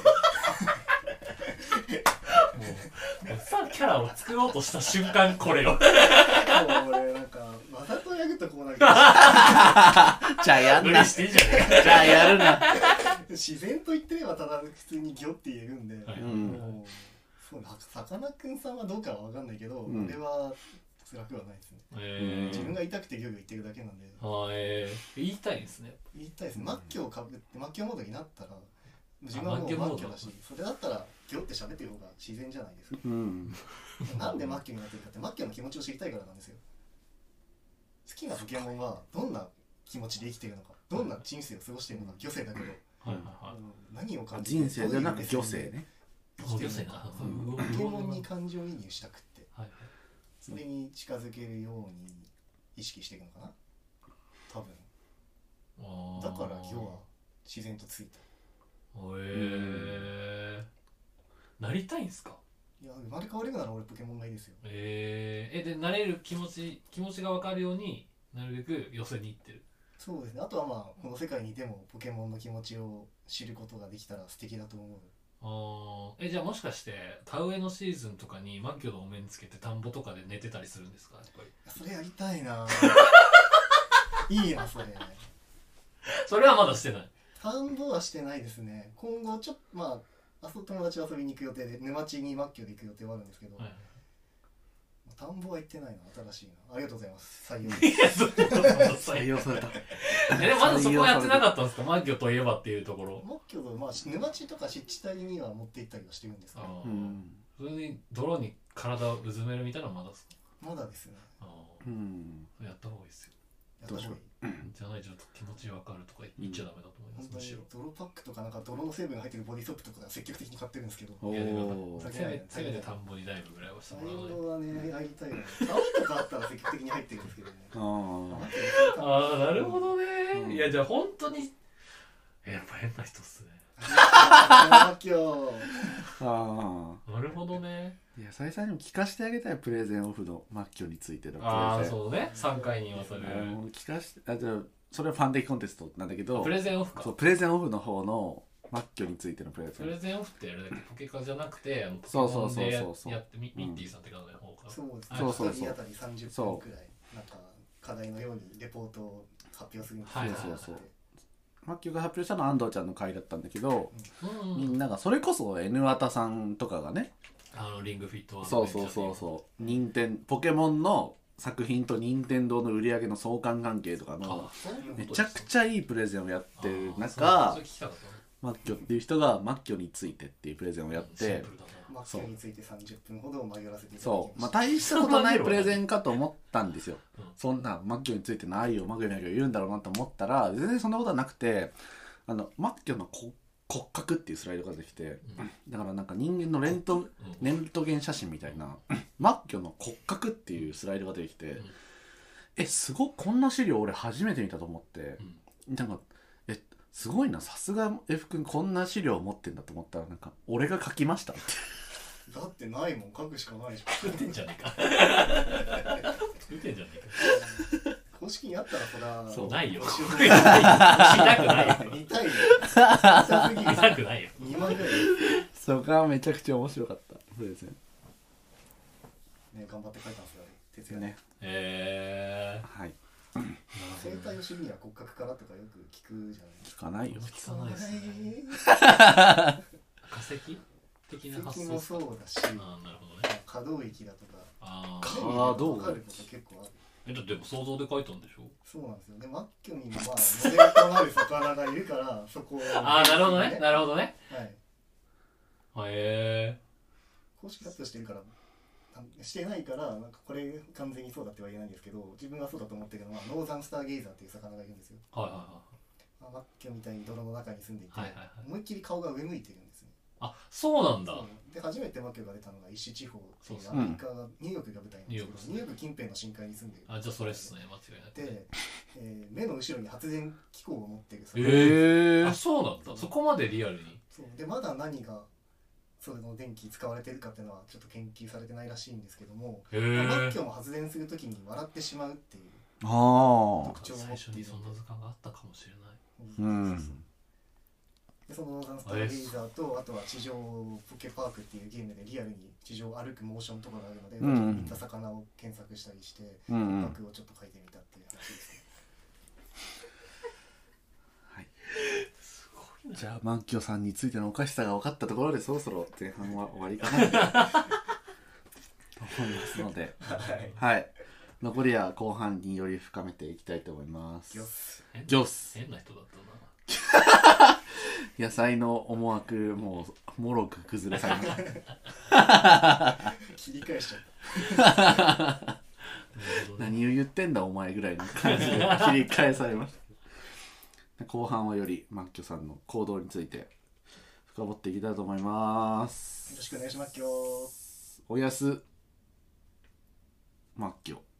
さキャラを作ろうとした瞬間これよ。もう俺なんかわざとやるとこうなる。 じゃあやるな。 してんじゃねえじゃあやるな。 自然と言ってればただ普通にギョって言えるんで、はい、もうそうさかなクンさんはどうかは分かんないけど、うん、俺は辛くはないですね。えー、自分が痛くてギョギョ言ってるだけなんで。 あ、えー、言いたいですね。 言いたいですね。マッキョをかぶってマッキョモードになったら自分はもうマッキョだし、それだったらギョって喋ってる方が自然じゃないですか。うん、なんでマッキョになってるかってマッキョの気持ちを知りたいからなんですよ。好きなポケモンはどんな気持ちで生きてるのか、どんな人生を過ごしているのか、魚生だけど、はいはいはい、何を感じて人生じゃなく魚生ね。 生きてるのか、ポケモンに感情移入したくって、はいはい、それに近づけるように意識していくのかな多分。あだから魚は自然とついた。 へえー、なりたいんすか？ いや生まれ変われるなら俺ポケモンがいいですよ。 えー、えでなれる気持ち気持ちが分かるようになるべく寄せに行ってる。 そうですね。あとはまあこの世界にいてもポケモンの気持ちを知ることができたら素敵だと思う。 あえじゃあもしかして田植えのシーズンとかにマッキョのお面つけて田んぼとかで寝てたりするんですか？やっぱりそれやりたいないいなそれ。 それはまだしてない。 田んぼはしてないですね。今後ちょっとまあ友達遊びに行く予定で沼地にマッキョで行く予定はあるんですけど、はい、田んぼは行ってないな。新しいな。ありがとうございます。採用採用された。 えでもまだそこはやってなかったんですか？マッキョといえばっていうところ。 マッキョとまあ沼地とか湿地帯には持って行ったりはしてるんですけど、うん、 それに泥に体をうずめるみたいなのはまだですか？ まだですね。あうん、やった方がいいですよ。 やった方がいい。 じゃないと気持ちわかるとか言っちゃダメだと思います。 むしろ泥パックとかなんか泥の成分が入ってるボディソープとか積極的に買ってるんですけど、 いやでもせめせめて田んぼにダイブぐらいはしてもらわない。 田んぼはねやりたいな。川とかあったら積極的に入ってるんですけどね。 ああなるほどね、うん、いやじゃあ本当にやっぱ変な人っすね。 今日あなるほどね。 いや野菜さんにも聞かせてあげたい、プレゼンオフのマッキョについてのプレゼン。 ああそうね、さんかいにわたる聞かせて、あ、じゃあそれはファンデキコンテストなんだけど、 プレゼンオフか。 そうプレゼンオフの方のマッキョについてのプレゼン。 プレゼンオフってあれだっけ、ポケカじゃなくて、あのポケそうそうそうモンでそうやってミミッティさんって方の方か。 そうですね。 そうそうそうひとり当たりさんじゅっぷんくらいなんか課題のようにレポートを発表するみたいな。 はいそうそうそう。マッキョが発表したのは安藤ちゃんの回だったんだけど、 うんみんながそれこそ N ワタさんとかがね、 あのリングフィットワーそうそうそうそう任天ポケモンの作品と任天堂の売り上げの相関関係とかのめちゃくちゃいいプレゼンをやってる中、マッキョっていう人がマッキョについてっていうプレゼンをやって、 マッキョについてさんじゅっぷんほど迷らせていただきました。 そう、まあ大したことないプレゼンかと思ったんですよ。そんなマッキョについてないよマッキョに言うんだろうなと思ったら、全然そんなことはなくて、あのマッキョのこ骨格っていうスライドができて、だからなんか人間のレントレントゲン写真みたいなマッキョの骨格っていうスライドができて、えすごいこんな資料俺初めて見たと思って、なんかえすごいな、さすが F 君こんな資料持ってんだと思ったら、なんか俺が書きましたってだってないもん、書くしかないじゃん。 作ってんじゃねえか作ってんじゃねえか公式にあったらこれはそうないよし見たくないよ見たいよ見たすぎる見たくないよにまいぐらいそこはめちゃくちゃ面白かったプレゼンね、頑張って書いたんですよ徹夜ね。 へえはい。 生態を知るには骨格からとかよく聞くじゃないですか。 聞かないよ。 聞かないですね化石的な発想化石もそうだし、 ああなるほどね、 可動域だとかあ可あ動域分かること結構ある。 えだって想像で書いたんでしょ。 そうなんですよ。でマッキョにもまあモデルとなる魚がいるからそこをああなるほどねなるほどね。 はい。 へえ公式発表してるからしてないからなんかこれ完全にそうだっては言えないんですけど、自分がそうだと思ってるのはノーザンスターゲイザーっていう魚がいるんですよ。 はいはいはい。 マッキョみたいに泥の中に住んでいて、 はいはいはい、 思いっきり顔が上向いてるんですね。 あそうなんだ。 で初めてマッキョが出たのが石地方っていうアメリカが、ニューヨークが舞台なんですけど、ニューヨーク近辺の深海に住んでいる。 あじゃあそれっすね間違いなくて。 で、えー、目の後ろに発電機構を持ってる魚。えー、あそうなんだ。そこまでリアルに。 そうでまだ何がその電気使われてるかっていうのはちょっと研究されてないらしいんですけども、マッキョも発電するときに笑ってしまうっていう特徴を持っている。 最初にそんな図鑑があったかもしれない。 うん。 でそのノーザンスターゲイザーとあとは地上ポケパークっていうゲームでリアルに地上を歩くモーションとかがあるので、うん、似た魚を検索したりしてバックをちょっと書いてみたっていう話ですね。 はい。すごい。じゃあマッキョさんについてのおかしさが分かったところでそろそろ前半は終わりかなと思いますので、はい、はい、残りは後半により深めていきたいと思います。 ギョスギョス変な人だったな。 野菜の思惑もうもろく崩れされました切り返しちゃった何を言ってんだお前ぐらいの感じで切り返されました後半はよりマッキョさんの行動について深掘っていきたいと思います。 よろしくお願いします。 おやすマッキョ。